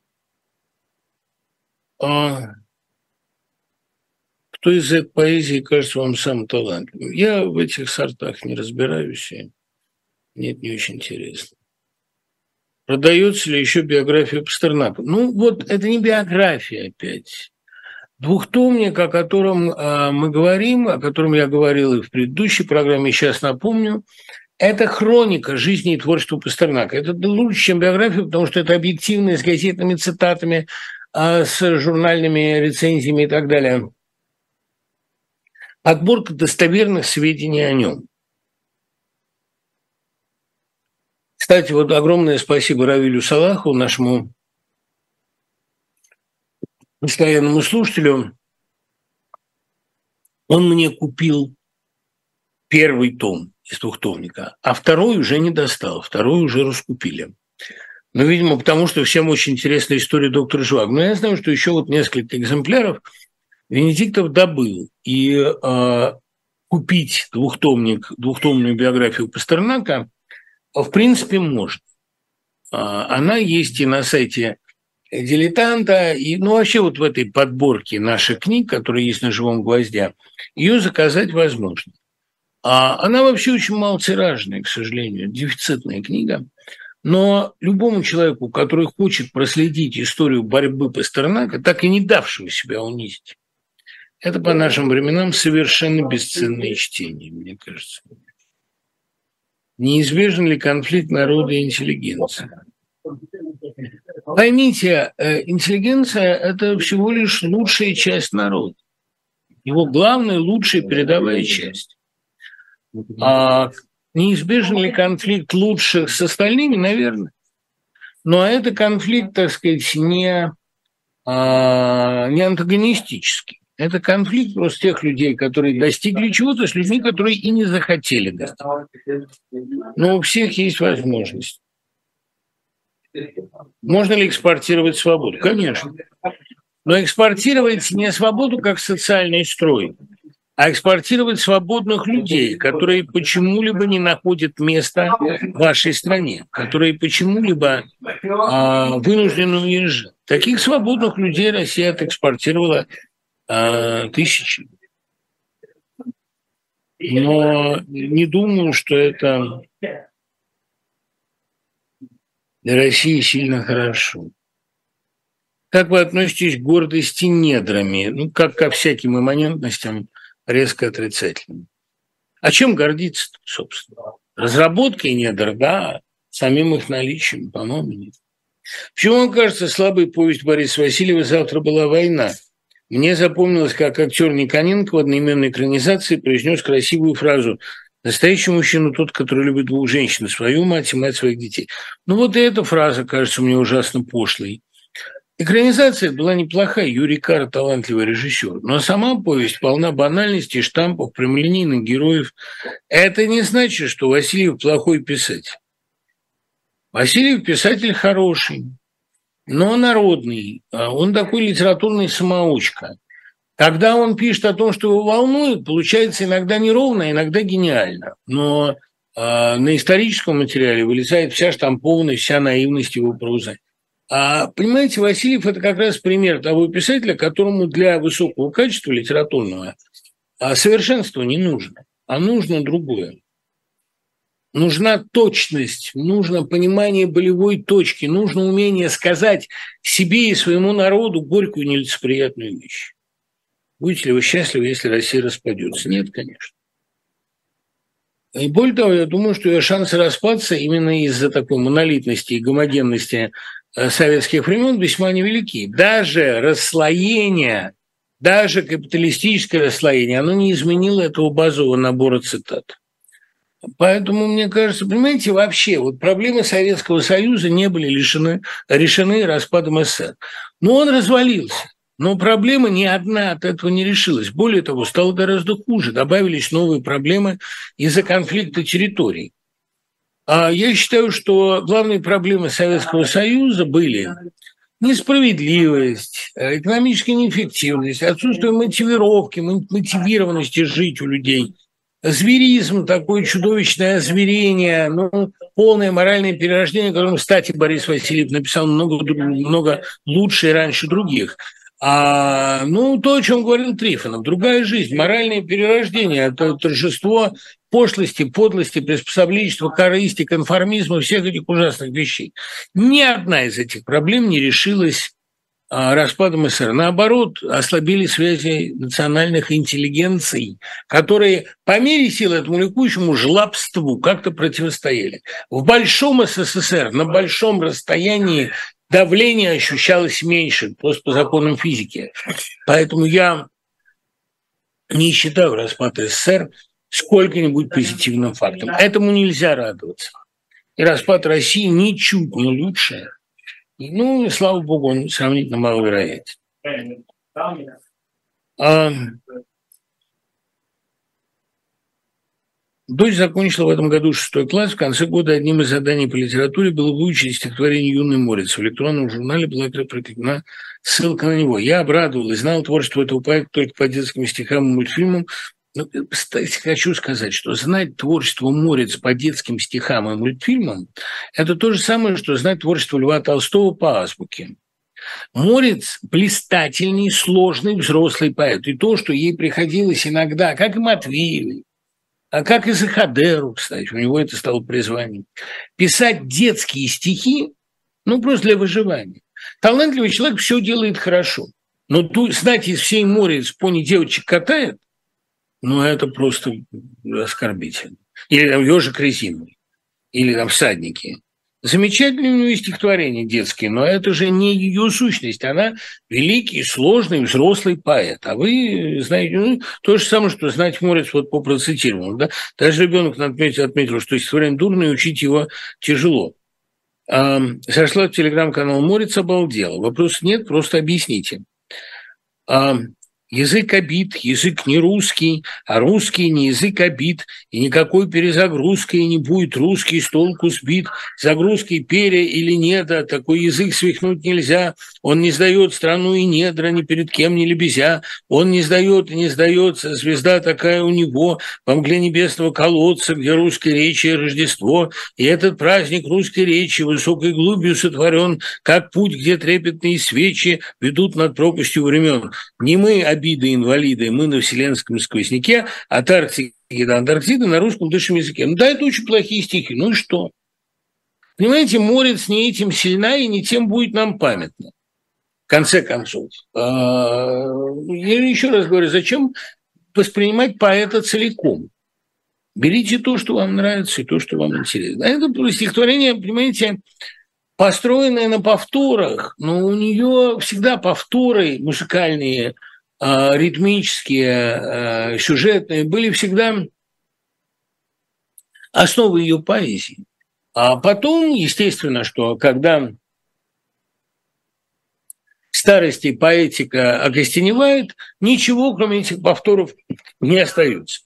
А кто из этой поэзии кажется вам самым талантливым? Я в этих сортах не разбираюсь, и мне это не очень интересно. Продается ли еще биография Пастернака? Ну, вот это не биография опять. Двухтомник, о котором э, мы говорим, о котором я говорил и в предыдущей программе, сейчас напомню, Это хроника жизни и творчества Пастернака. Это лучше, чем биография, потому что это объективные, с газетными цитатами, с журнальными рецензиями и так далее. Подборка достоверных сведений о нем. Кстати, вот огромное спасибо Равилю Салахову, нашему постоянному слушателю. Он мне купил первый том из двухтомника, а второй уже не достал, второй уже раскупили. Ну, видимо, потому что всем очень интересна история доктора Живаго. Но я знаю, что еще вот несколько экземпляров Венедиктов добыл. И э, купить двухтомник, двухтомную биографию Пастернака в принципе можно. Э, она есть и на сайте «Дилетанта», и, ну, вообще вот в этой подборке наших книг, которые есть на «Живом гвозде», ее заказать возможно. А она вообще очень малотиражная, к сожалению, дефицитная книга. Но любому человеку, который хочет проследить историю борьбы Пастернака, так и не давшего себя унизить, это по нашим временам совершенно бесценное чтение, мне кажется. Неизбежен ли конфликт народа и интеллигенции? Поймите, интеллигенция – это всего лишь лучшая часть народа. Его главная, лучшая передовая часть. А неизбежен ли конфликт лучших с остальными? Наверное. Но это конфликт, так сказать, не, а, не антагонистический. Это конфликт просто тех людей, которые достигли чего-то, с людьми, которые и не захотели достичь. Но у всех есть возможность. Можно ли экспортировать свободу? Конечно. Но экспортировать не свободу как социальный строй, а экспортировать свободных людей, которые почему-либо не находят места в вашей стране, которые почему-либо а, вынуждены уезжать. Таких свободных людей Россия отэкспортировала а, тысячи. Но не думаю, что это для России сильно хорошо. Как вы относитесь к гордости недрами? Ну, как ко всяким имманентностям, резко отрицательным. А чем гордиться, собственно? Разработкой недр, да, самим их наличием, по-моему, нет. Почему вам кажется, слабой повесть Бориса Васильева «Завтра была война»? Мне запомнилось, как актер Никоненко в одноименной экранизации произнес красивую фразу: «Настоящий мужчина тот, который любит двух женщин, свою мать и мать своих детей». Ну вот и эта фраза кажется мне ужасно пошлой. Экранизация была неплохая, Юрий Кара – талантливый режиссер, но сама повесть полна банальностей, штампов, прямолинейных героев. Это не значит, что Васильев плохой писатель. Васильев писатель хороший, но народный. Он такой литературный самоучка. Когда он пишет о том, что его волнует, получается иногда неровно, а иногда гениально. Но э, на историческом материале вылезает вся штампованность, вся наивность его прозы. А, понимаете, Васильев – это как раз пример того писателя, которому для высокого качества литературного совершенства не нужно, а нужно другое. Нужна точность, нужно понимание болевой точки, нужно умение сказать себе и своему народу горькую, нелицеприятную вещь. Будете ли вы счастливы, если Россия распадется? Нет, конечно. И более того, я думаю, что ее шансы распаться именно из-за такой монолитности и гомогенности советских времен весьма невелики. Даже расслоение, даже капиталистическое расслоение, оно не изменило этого базового набора цитат. Поэтому, мне кажется, понимаете, вообще вот проблемы Советского Союза не были лишены, решены распадом СССР. Но он развалился. Но проблема ни одна от этого не решилась. Более того, стало гораздо хуже. Добавились новые проблемы из-за конфликта территорий. Я считаю, что главные проблемы Советского Союза были несправедливость, экономическая неэффективность, отсутствие мотивировки, мотивированности жить у людей, зверизм, такое чудовищное озверение, ну, полное моральное перерождение, о котором, кстати, Борис Васильев написал много, много лучше и раньше других. А, ну, то, о чем говорил Трифонов, другая жизнь, моральное перерождение, это торжество пошлости, подлости, приспособленчества, корысти, конформизма, всех этих ужасных вещей. Ни одна из этих проблем не решилась распадом СССР. Наоборот, ослабили связи национальных интеллигенций, которые по мере сил этому ликующему жлобству как-то противостояли. В большом СССР, на большом расстоянии давление ощущалось меньше, просто по законам физики. Поэтому я не считаю распад СССР сколько-нибудь позитивным фактом. Этому нельзя радоваться. И распад России ничуть не лучше. Ну, и, слава богу, он сравнительно маловероятен. А... Дочь закончила в этом году шестой класс. В конце года одним из заданий по литературе было выучить стихотворение «Юный морец». В электронном журнале была прикреплена ссылка на него. Я обрадовалась, знал творчество этого поэта только по детским стихам и мультфильмам. Но, кстати, хочу сказать, что знать творчество Морец по детским стихам и мультфильмам – это то же самое, что знать творчество Льва Толстого по азбуке. Морец – блистательный, сложный взрослый поэт. И то, что ей приходилось иногда, как и Матвеевой, а как и Захадеру, кстати, у него это стало призванием, писать детские стихи, ну, просто для выживания. Талантливый человек все делает хорошо. Но ту, знать из всей Морец пони девочек катает, ну, это просто оскорбительно. Или там «Ёжик резиновый», или там «Всадники». Замечательные у нее стихотворения детские, но это же не ее сущность. Она великий, сложный, взрослый поэт. А вы знаете, ну, то же самое, что знать Морец вот по процитированному. Да? Даже ребенок отметил, отметил, что стихотворение дурно, и учить его тяжело. А, сошла в телеграм-канал Морец, обалдела. Вопросов нет, просто объясните. А, язык обид, язык не русский, а русский не язык обид, и никакой перезагрузкой не будет русский с толку сбит. Загрузкой перья или недра, такой язык свихнуть нельзя. Он не сдает страну и недра ни перед кем не лебезя. Он не сдает и не сдается, звезда такая у него, во мгле небесного колодца, где русской речи Рождество. И этот праздник русской речи высокой глубью сотворен, как путь, где трепетные свечи ведут над пропастью времен. Не мы, обиды, инвалиды, мы на вселенском сквозняке, от Арктики до Антарктиды на русском дышим языке. Ну да, это очень плохие стихи, ну и что? Понимаете, Морец не этим сильна и не тем будет нам памятна. В конце концов. Я еще раз говорю, зачем воспринимать поэта целиком? Берите то, что вам нравится, и то, что вам интересно. Это стихотворение, понимаете, построенное на повторах, но у нее всегда повторы музыкальные, ритмические, сюжетные были всегда основой ее поэзии. А потом, естественно, что когда в старости поэтика окостеневает, ничего, кроме этих повторов, не остается.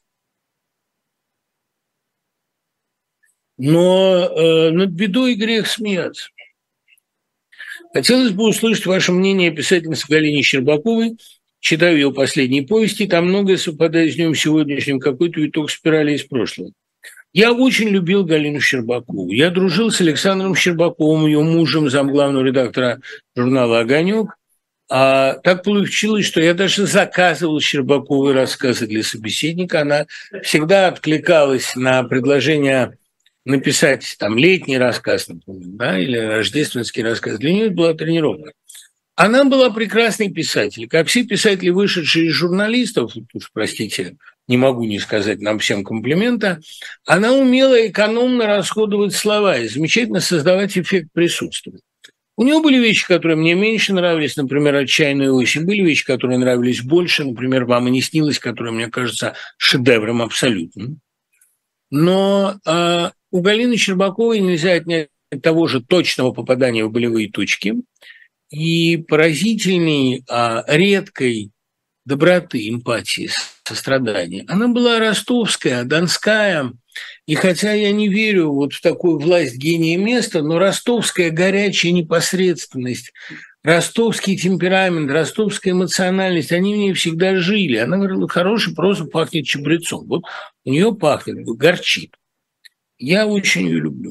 Но э, над бедой грех смеяться. Хотелось бы услышать ваше мнение о писательнице Галине Щербаковой. Читаю ее последние повести, там многое совпадает с днем сегодняшним, какой-то виток спирали из прошлого. Я очень любил Галину Щербакову. Я дружил с Александром Щербаковым, ее мужем, замглавного редактора журнала «Огонек». А так получилось, что я даже заказывал Щербаковой рассказы для собеседника. Она всегда откликалась на предложение написать там летний рассказ, например, да, или рождественский рассказ. Для нее это была тренировка. Она была прекрасный писатель. Как все писатели, вышедшие из журналистов, уж простите, не могу не сказать нам всем комплимента, она умела экономно расходовать слова и замечательно создавать эффект присутствия. У нее были вещи, которые мне меньше нравились, например, «Отчаянная осень». Были вещи, которые нравились больше, например, «Вам и не снилось», которая, мне кажется, шедевром абсолютно. Но э, у Галины Щербаковой нельзя отнять того же точного попадания в болевые точки и поразительной, э, редкой доброты, эмпатии, сострадания. Она была ростовская, донская, и хотя я не верю вот в такую власть гения места, но ростовская горячая непосредственность, ростовский темперамент, ростовская эмоциональность, они в ней всегда жили. Она говорила, хороший проза пахнет чабрецом. Вот у нее пахнет, горчит. Я очень ее люблю.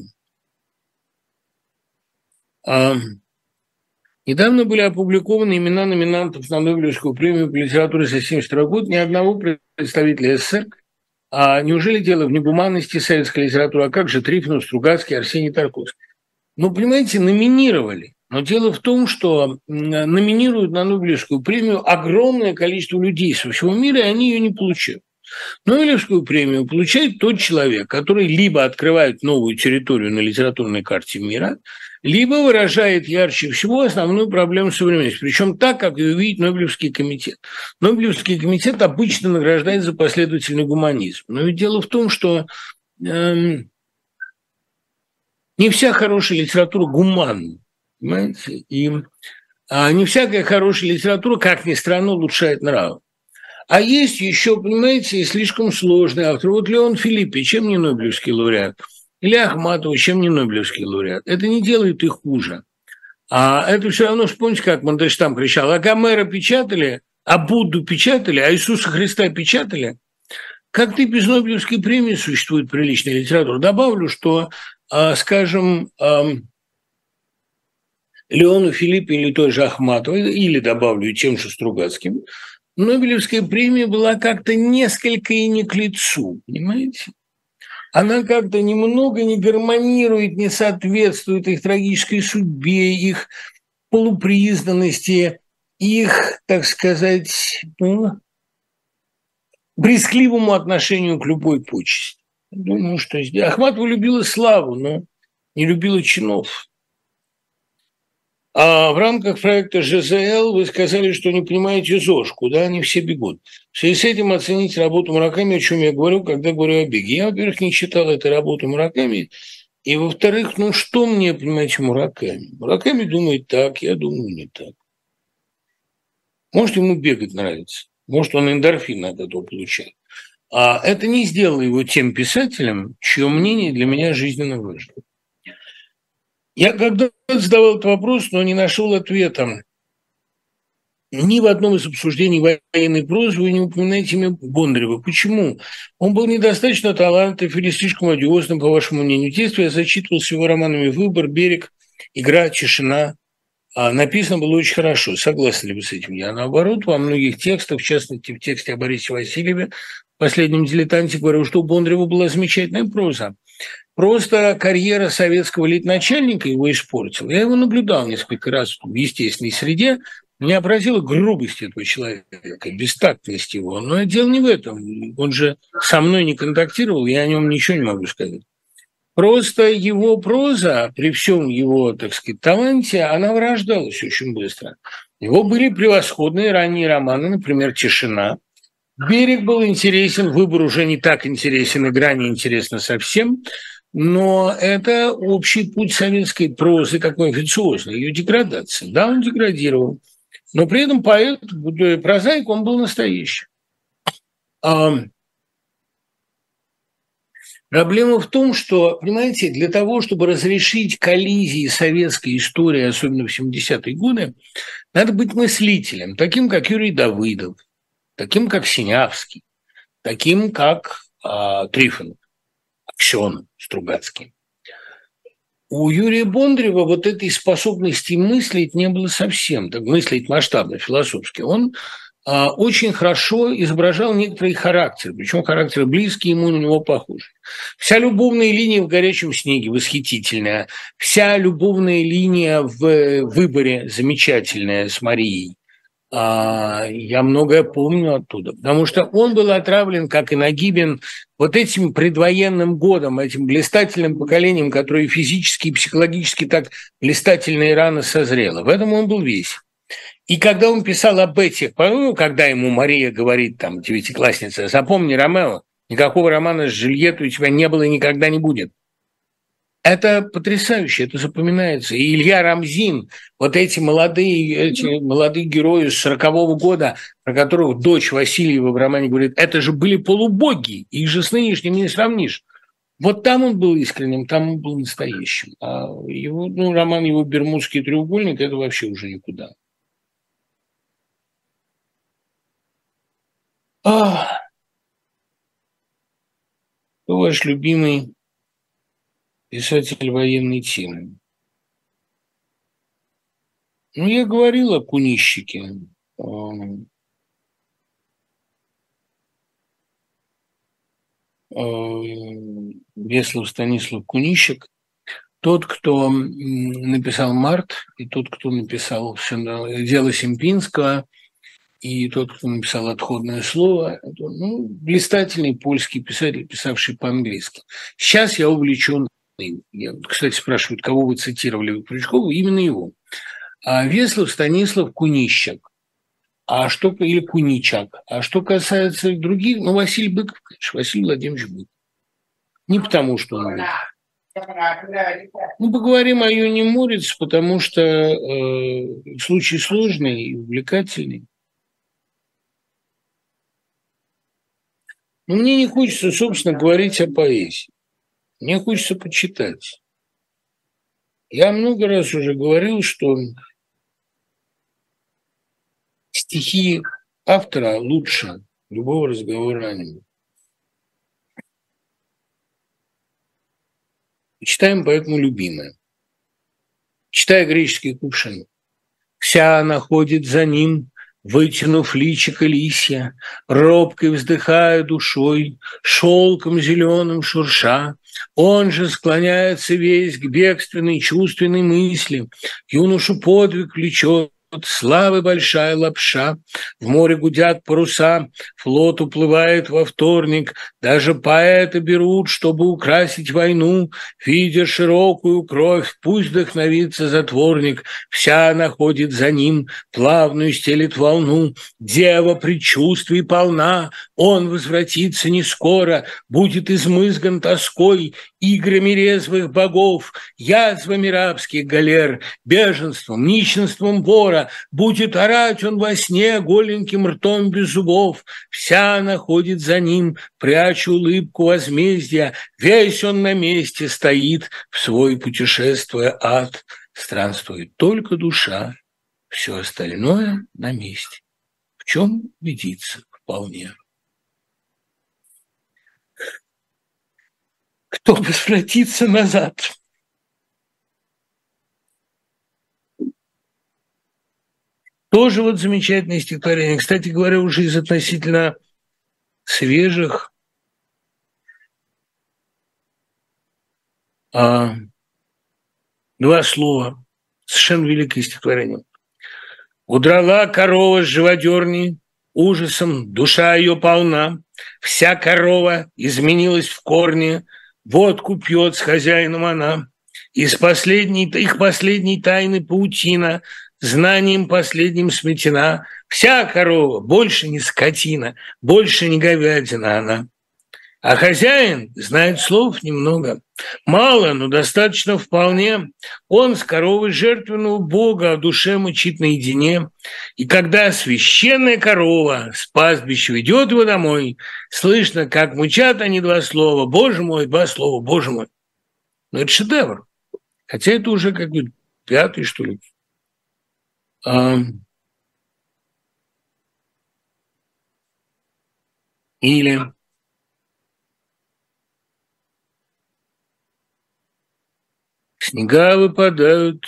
А, недавно были опубликованы имена номинантов на Нобелевскую премию по литературе за семьдесят второй год. Ни одного представителя СССР. А неужели дело в негуманности советской литературы? А как же Трифонов, Стругацкий, Арсений Тарковский? Ну, понимаете, номинировали. Но дело в том, что номинируют на Нобелевскую премию огромное количество людей со всего мира, и они ее не получают. Нобелевскую премию получает тот человек, который либо открывает новую территорию на литературной карте мира, либо выражает ярче всего основную проблему современности. Причем так, как ее видит Нобелевский комитет. Нобелевский комитет обычно награждает за последовательный гуманизм. Но ведь дело в том, что эм, не вся хорошая литература гуманна, понимаете? И а, не всякая хорошая литература, как ни странно, улучшает нравы. А есть еще, понимаете, и слишком сложный автор. Вот Леон Филиппе, чем не Нобелевский лауреат? Или Ахматова, чем не Нобелевский лауреат? Это не делает их хуже. А это все равно, вспомните, как Мандельштам кричал: а Гомера печатали, а Будду печатали, а Иисуса Христа печатали. Как-то и без Нобелевской премии существует приличная литература. Добавлю, что, скажем, Леону Филиппе или той же Ахматовой, или добавлю тем же Стругацким, Нобелевская премия была как-то несколько и не к лицу, понимаете? Она как-то немного не гармонирует, не соответствует их трагической судьбе, их полупризнанности, их, так сказать, ну, брезгливому отношению к любой почести. Думаю, что здесь... Ахматова любила славу, но не любила чинов. А в рамках проекта ЖЗЛ вы сказали, что не понимаете ЗОЖ, куда они все бегут. В связи с этим оцените работу Мураками, о чем я говорю, когда говорю о беге. Я, во-первых, не читал этой работы Мураками, и, во-вторых, ну что мне, понимаете, Мураками? Мураками думает так, я думаю не так. Может, ему бегать нравится, может, он эндорфин от этого получает. А это не сделало его тем писателем, чье мнение для меня жизненно важно. Я когда задавал этот вопрос, но не нашел ответа. Ни в одном из обсуждений военной прозы вы не упоминаете имя Бондарева. Почему? Он был недостаточно талантлив или слишком одиозным, по вашему мнению. В детстве я зачитывался его романами «Выбор», «Берег», «Игра», «Тишина». А написано было очень хорошо. Согласны ли вы с этим? Я, наоборот, во многих текстах, в частности, в тексте о Борисе Васильеве, в «Последнем дилетанте», говорю, что у Бондарева была замечательная проза. Просто карьера советского литначальника его испортила. Я его наблюдал несколько раз в естественной среде. Меня поразила грубость этого человека, бестактность его. Но дело не в этом. Он же со мной не контактировал, я о нем ничего не могу сказать. Просто его проза, при всем его, так сказать, таланте, она вырождалась очень быстро. У него были превосходные ранние романы, например, «Тишина». «Берег» был интересен, «Выбор» уже не так интересен, «Игра» не интересна совсем. Но это общий путь советской прозы, такой официозный, ее деградация. Да, он деградировал, но при этом поэт, прозаик, он был настоящий. А проблема в том, что, понимаете, для того, чтобы разрешить коллизии советской истории, особенно в семидесятые годы, надо быть мыслителем, таким, как Юрий Давыдов, таким, как Синявский, таким, как а, Трифонов, Аксенов, Стругацкий. У Юрия Бондарева вот этой способности мыслить не было совсем, так мыслить масштабно, философски. Он а, очень хорошо изображал некоторые характеры, причем характеры близкие ему, на него похожи. Вся любовная линия в «Горячем снеге» восхитительная, вся любовная линия в «Выборе» замечательная с Марией. Я многое помню оттуда, потому что он был отравлен, как и Нагибин, вот этим предвоенным годом, этим блистательным поколением, которое физически и психологически так блистательно и рано созрело. В этом он был весь. И когда он писал об этих, ну, когда ему Мария говорит, там, девятиклассница, запомни, Ромео, никакого романа с Джульеттой у тебя не было и никогда не будет. Это потрясающе, это запоминается. И Илья Рамзин, вот эти молодые, эти молодые герои с сорокового года, про которых дочь Васильева в романе говорит, это же были полубоги, их же с нынешним не сравнишь. Вот там он был искренним, там он был настоящим. А его, ну, роман его «Бермудский треугольник» – это вообще уже никуда. Ах, кто ваш любимый писатель военной темы? Ну, я говорил о Кунищике. Веслов Станислав Кунищик. тот, кто написал «Март», и тот, кто написал «Дело Семпинского», и тот, кто написал «Отходное слово», это, ну, блистательный польский писатель, писавший по-английски. Сейчас я увлечен им. Я, кстати, спрашивают, кого вы цитировали в Крючкову? Именно его. А Веслов Станислав Кунищак. А что, или Куничак. А что касается других, ну, Василий Быков, конечно, Василий Владимирович Быков. Не потому, что он... Ну, поговорим о Юне Морец, потому что э, случай сложный и увлекательный. Но мне не хочется, собственно, говорить о поэзии. Мне хочется почитать. Я много раз уже говорил, что стихи автора лучше любого разговора о нем. Читаем поэтому любимое. Читая греческий кувшин. Вся она ходит за ним, вытянув личико лисья, робкой вздыхая душой, шелком зеленым шурша. Он же склоняется весь к бегственной чувственной мысли, юношу подвиг влечет, славы большая лапша, в море гудят паруса, флот уплывает во вторник, даже поэты берут, чтобы украсить войну, видя широкую кровь, пусть вдохновится затворник, вся она ходит за ним, плавную стелит волну, дева предчувствий полна, он возвратится не скоро, будет измызган тоской, играми резвых богов, язвами рабских галер, беженством, нищенством вора, будет орать он во сне голеньким ртом без зубов, вся она ходит за ним, пряча улыбку возмездия, весь он на месте стоит, в свой путешествуя ад, странствует только душа, все остальное на месте. В чем убедиться вполне? Кто возвратится назад? Тоже вот замечательное стихотворение. Кстати говоря, уже из относительно свежих. А, два слова. Совершенно великое стихотворение. Удрала корова с живодерни, ужасом душа ее полна. Вся корова изменилась в корне, водку пьет с хозяином она. Из последней, их последней тайны паутина, знанием последним сметена. Вся корова больше не скотина, больше не говядина она. А хозяин знает слов немного. Мало, но достаточно вполне. Он с коровой жертвенного бога о душе мычит наедине. И когда священная корова с пастбища ведет его домой, слышно, как мычат они два слова. Боже мой, два слова, боже мой. Ну, это шедевр. Хотя это уже какой-то пятый, что ли. А... Или... Снега выпадают,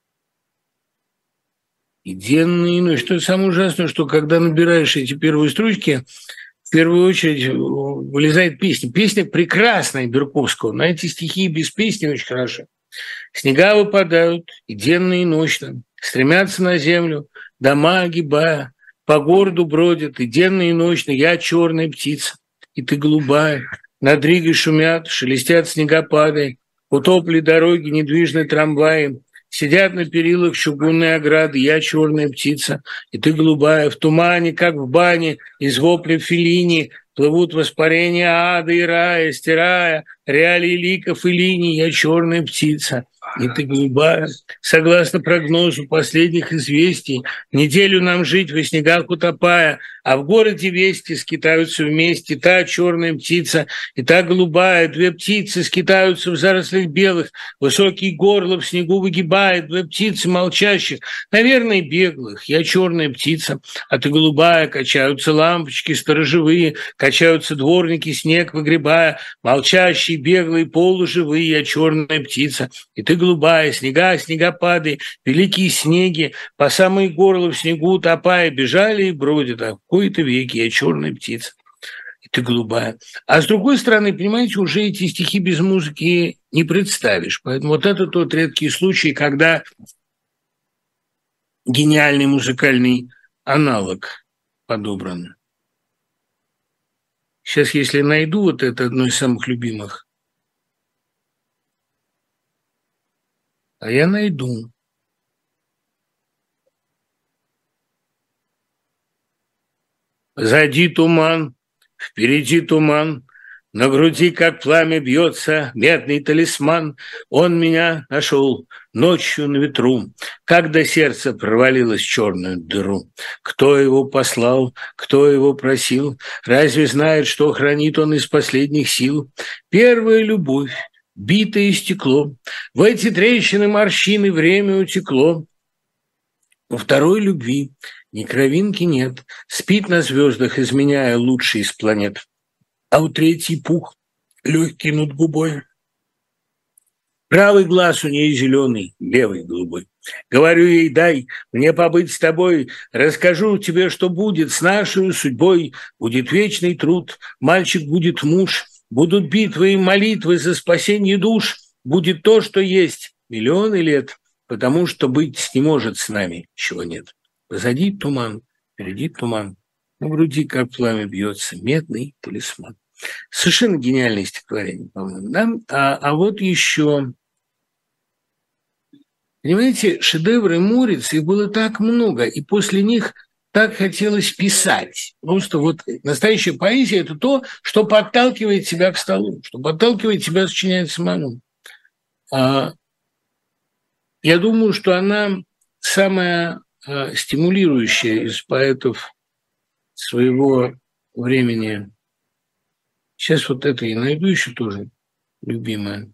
и денные, ну и что самое ужасное, что когда набираешь эти первые строчки, в первую очередь вылезает песня. Песня прекрасная Берковского, на эти стихи без песни очень хорошо. Снега выпадают, и денно, и ночно, стремятся на землю, дома огибая, по городу бродят, и денно, и ночно, я черная птица, и ты голубая, над Ригой шумят, шелестят снегопады, утопли дороги, недвижные трамваи, сидят на перилах чугунные ограды, я черная птица, и ты голубая, в тумане, как в бане, из вопля Феллини плывут воспарения ада и рая, стирая реалии ликов и линий, я черная птица, и ты голубая. Согласно прогнозу последних известий, неделю нам жить во снегах утопая, а в городе вести скитаются вместе та черная птица и та голубая. Две птицы скитаются в зарослях белых, высокие горла в снегу выгибает, две птицы молчащих, наверное, беглых. Я черная птица, а ты голубая. Качаются лампочки сторожевые, качаются дворники, снег выгребая, молчащие, беглые, полуживые. Я черная птица, и ты голубая. Снега, снегопады, великие снеги, по самые горло в снегу утопая, бежали и бродят, а в кои-то веки я черная птица, и ты голубая. А с другой стороны, понимаете, уже эти стихи без музыки не представишь. Поэтому вот это тот редкий случай, когда гениальный музыкальный аналог подобран. Сейчас, если найду, вот это одно из самых любимых. А я найду. Позади туман, впереди туман, на груди, как пламя, бьется медный талисман. Он меня нашел ночью на ветру, как до сердца провалилась черную дыру. Кто его послал, кто его просил, разве знает, что хранит он из последних сил? Первая любовь, битое стекло, в эти трещины морщины время утекло. Во второй любви ни кровинки нет, спит на звездах, изменяя лучший из планет. А у третий пух, легкий над губой. Правый глаз у ней зеленый, левый голубой. Говорю ей, дай мне побыть с тобой, расскажу тебе, что будет с нашей судьбой. Будет вечный труд, мальчик будет муж, будут битвы и молитвы за спасение душ. Будет то, что есть миллионы лет, потому что быть не может с нами, чего нет. Позади туман, впереди туман, на груди, как пламя, бьется медный талисман. Совершенно гениальное стихотворение, по-моему, да? А, а вот еще, понимаете, шедевры Муриц, их было так много, и после них так хотелось писать. Просто вот настоящая поэзия – это то, что подталкивает тебя к столу, что подталкивает тебя сочинять самому. А, я думаю, что она самая а, стимулирующая из поэтов своего времени. Сейчас вот это я найду еще тоже любимое.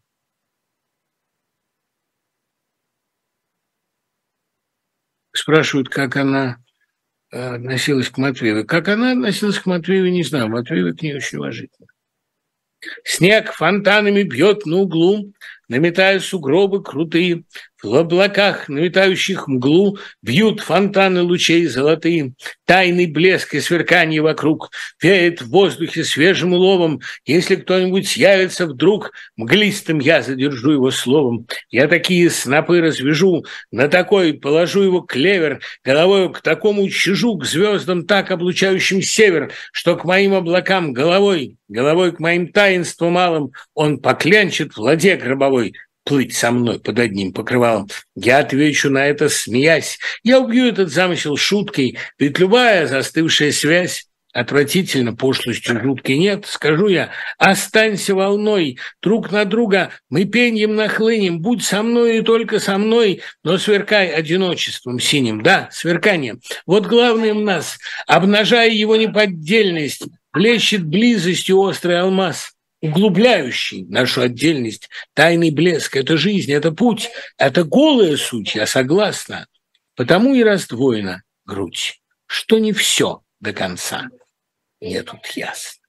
Спрашивают, как она относилась к Матвеевой. Как она относилась к Матвеевой, не знаю. Матвеева к ней очень уважительно. Снег фонтанами бьет на углу, наметая сугробы крутые. В облаках, наметающих мглу, бьют фонтаны лучей золотые. Тайный блеск и сверканье вокруг веет в воздухе свежим уловом. Если кто-нибудь явится вдруг, мглистым я задержу его словом. Я такие снопы развяжу, на такой положу его клевер, головою к такому чужу, к звездам так облучающим север, что к моим облакам головой, головой к моим таинствам малым он поклянчит в ладе гробовой. Плыть со мной под одним покрывалом. Я отвечу на это, смеясь. Я убью этот замысел шуткой, ведь любая застывшая связь отвратительно, пошлостью жуткой нет. Скажу я, останься волной, друг на друга мы пеньем нахлынем, будь со мной и только со мной, но сверкай одиночеством синим. Да, сверканием. Вот главное в нас, обнажая его неподдельность, блещет близостью острый алмаз, углубляющий нашу отдельность, тайный блеск. Это жизнь, это путь, это голая суть, я согласна. Потому и раздвоена грудь, что не все до конца. Мне тут ясно.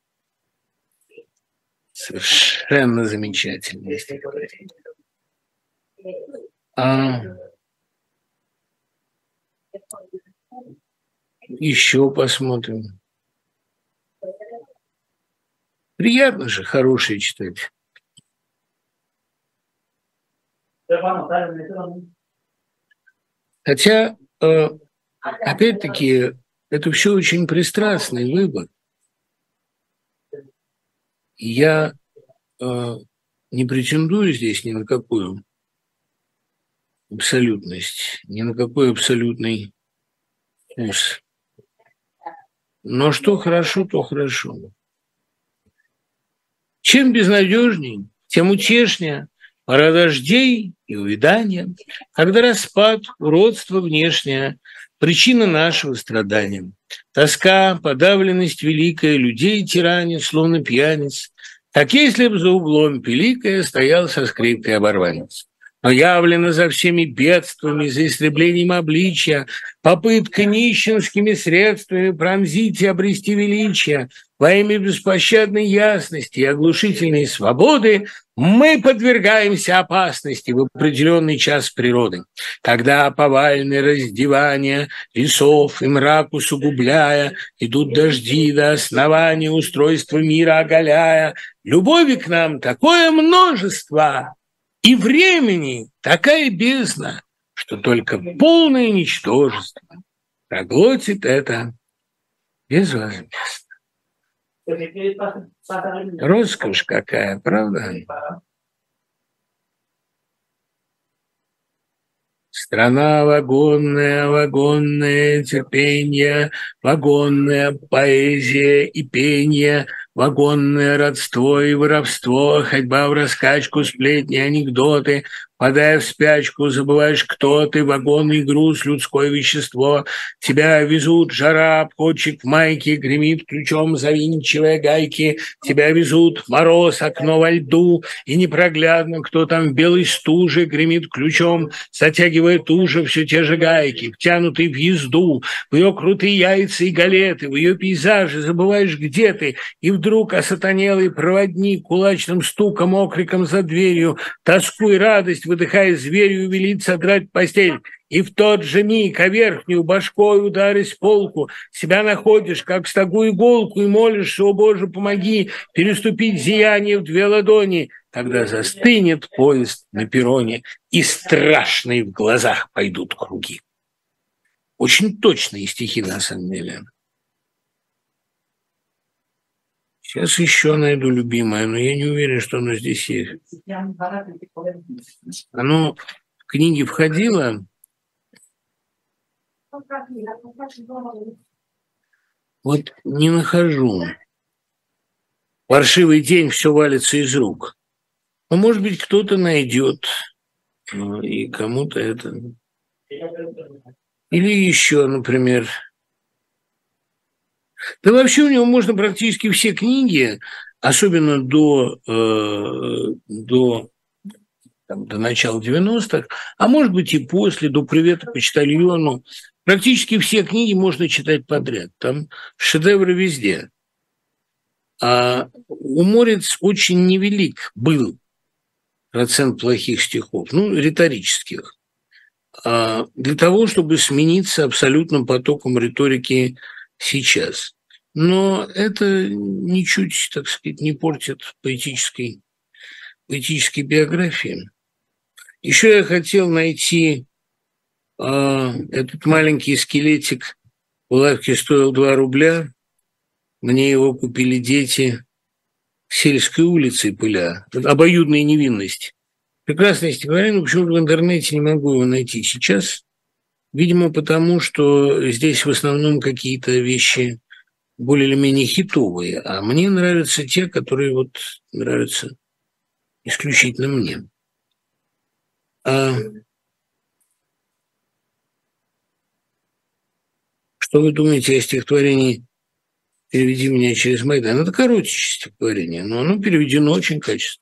Совершенно замечательное стихотворение. А... Еще посмотрим. Приятно же, хорошее читать. Хотя, э, опять-таки, это все очень пристрастный выбор. Я э, не претендую здесь ни на какую абсолютность, ни на какой абсолютный вкус. Но что хорошо, то хорошо. Чем безнадежней, тем утешнее пора дождей и увядания, когда распад, уродство внешнее, причина нашего страдания. Тоска, подавленность великая, людей тиранит, словно пьяниц. Так если б за углом пиликая стоял со скрипкой оборванец. Но явлено за всеми бедствами, за истреблением обличия, попытка нищенскими средствами пронзить и обрести величие, во имя беспощадной ясности и оглушительной свободы мы подвергаемся опасности в определенный час природы, когда повальные раздевания лесов и мрак усугубляя, идут дожди до основания устройства мира оголяя, любови к нам такое множество, И времени такая бездна, что только полное ничтожество проглотит это безвозмездно. Роскошь какая, правда? Страна вагонная, вагонное терпение, вагонная поэзия и пение, вагонное родство и воровство, ходьба в раскачку, сплетни, анекдоты, падая в спячку, забываешь, кто ты, вагонный груз, людское вещество, тебя везут, жара, обходчик в майке, гремит ключом, завинчивая гайки, тебя везут, мороз, окно во льду, и непроглядно, кто там в белой стуже, гремит ключом, затягивая туже все те же гайки, втянутый в езду, в ее крутые яйца и галеты, в ее пейзажи, забываешь, где ты, и вдруг осатанелый проводник кулачным стуком, окриком за дверью, тоску и радость, выдыхая зверю, велит содрать постель. И в тот же миг, а верхнюю башкой ударясь в полку, себя находишь, как в стогу иголку, и молишься, о Боже, помоги переступить зияние в две ладони. Тогда застынет поезд на перроне, и страшные в глазах пойдут круги. Очень точные стихи, на самом деле. Сейчас еще найду любимое, но я не уверен, что оно здесь есть. Оно в книге входило. Вот не нахожу. Паршивый день, все валится из рук. Ну, может быть, кто-то найдет, и кому-то это... Или еще, например... Да вообще у него можно практически все книги, особенно до, э, до, там, до начала девяностых, а может быть и после, до «Привета почтальону», практически все книги можно читать подряд. Там шедевры везде. А у Морец очень невелик был процент плохих стихов, ну, риторических, а для того, чтобы смениться абсолютным потоком риторики сейчас. Но это ничуть, так сказать, не портит поэтической, поэтической биографии. Еще я хотел найти э, этот маленький скелетик в лавке стоил два рубля. Мне его купили дети. Сельской улицей пыля. Обоюдная невинность. Прекрасное стихотворение, но почему-то в интернете не могу его найти сейчас. Видимо, потому что здесь в основном какие-то вещи более или менее хитовые, а мне нравятся те, которые вот нравятся исключительно мне. А что вы думаете о стихотворении «Переведи меня через Майдан»? Это коротче стихотворение, но оно переведено очень качественно.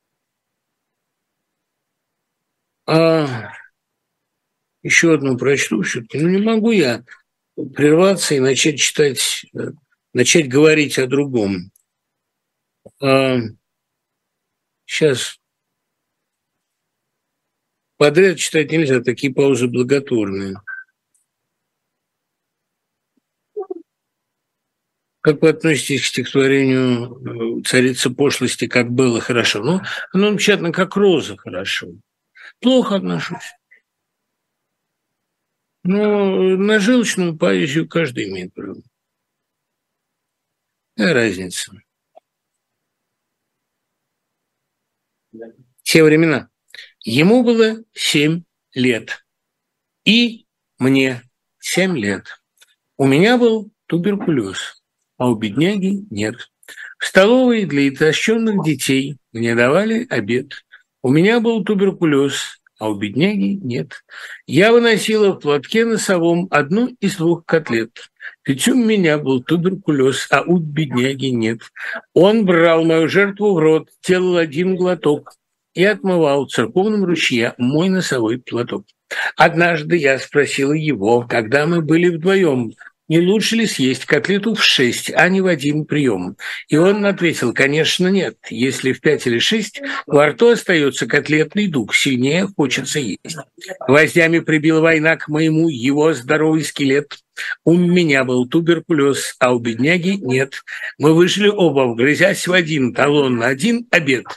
А еще одну прочту все-таки. Ну, не могу я прерваться и начать читать, начать говорить о другом. А сейчас подряд читать нельзя, такие паузы благотворные. Как вы относитесь к стихотворению «Царица пошлости, как было хорошо»? Ну, оно напечатано как «Роза» хорошо. Плохо отношусь. Но на жилочную поэзию каждый имеет право. Какая разница? Те времена. Ему было семь лет. И мне семь лет. У меня был туберкулез, а у бедняги нет. В столовой для истощенных детей мне давали обед. У меня был туберкулез, а у бедняги нет. Я выносила в платке носовом одну из двух котлет. Ведь у меня был туберкулез, а у бедняги нет. Он брал мою жертву в рот, делал один глоток и отмывал в церковном ручье мой носовой платок. Однажды я спросила его, когда мы были вдвоем, не лучше ли съесть котлету в шесть, а не в один прием? И он ответил, конечно, нет. Если в пять или шесть, во рту остается котлетный дух, сильнее хочется есть. Гвоздями прибила война к моему его здоровый скелет. У меня был туберкулез, а у бедняги нет. Мы вышли оба, вгрызясь в один талон на один обед.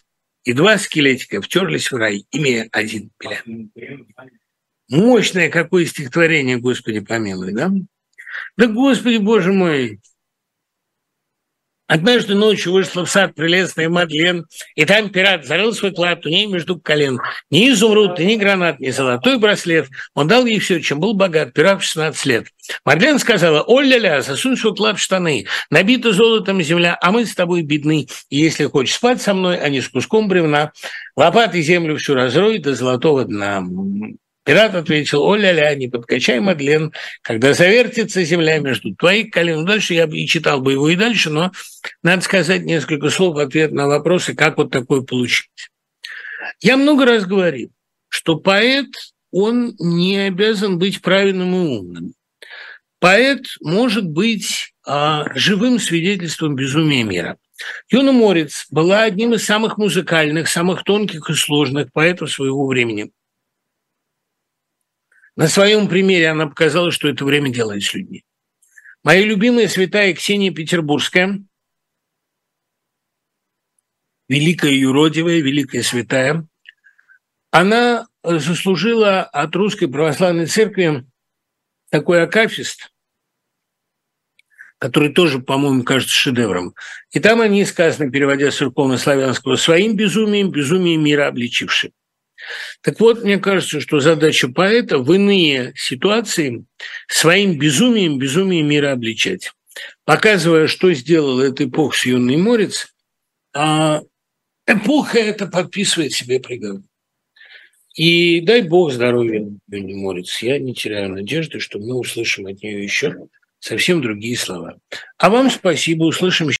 и два скелетика втерлись в рай, имея один пелян. Мощное какое стихотворение, Господи помилуй, да? Да, Господи, Боже мой! Однажды ночью вышла в сад прелестная Мадлен, и там пират зарыл свой клад у ней между колен. Ни изумруд, ни гранат, ни золотой браслет. Он дал ей все, чем был богат, пират в шестнадцать лет. Мадлен сказала: «О-ля-ля, засунь свой клад в штаны, набита золотом земля, а мы с тобой бедны. И если хочешь спать со мной, а не с куском бревна, лопатой землю всю разрой до золотого дна». Пират ответил: «О-ля-ля, не подкачай, Мадлен, когда завертится земля между твоих колен». Дальше я бы и читал бы его и дальше, но надо сказать несколько слов в ответ на вопросы, как вот такое получилось. Я много раз говорил, что поэт, он не обязан быть правильным и умным. Поэт может быть а, живым свидетельством безумия мира. Юна Морец была одним из самых музыкальных, самых тонких и сложных поэтов своего времени. На своем примере она показала, что это время делает с людьми. Моя любимая святая Ксения Петербургская, великая юродивая, великая святая, она заслужила от Русской Православной Церкви такой акафист, который тоже, по-моему, кажется шедевром. И там они сказаны, переводя с церковно-славянского: «Своим безумием, безумием мира обличивши». Так вот, мне кажется, что задача поэта в иные ситуации своим безумием, безумием мира обличать. Показывая, что сделала эта эпоха с Юной Морец, а эпоха эта подписывает себе приговор. И дай бог здоровья Юне Морец. Я не теряю надежды, что мы услышим от нее еще совсем другие слова. А вам спасибо, услышим еще.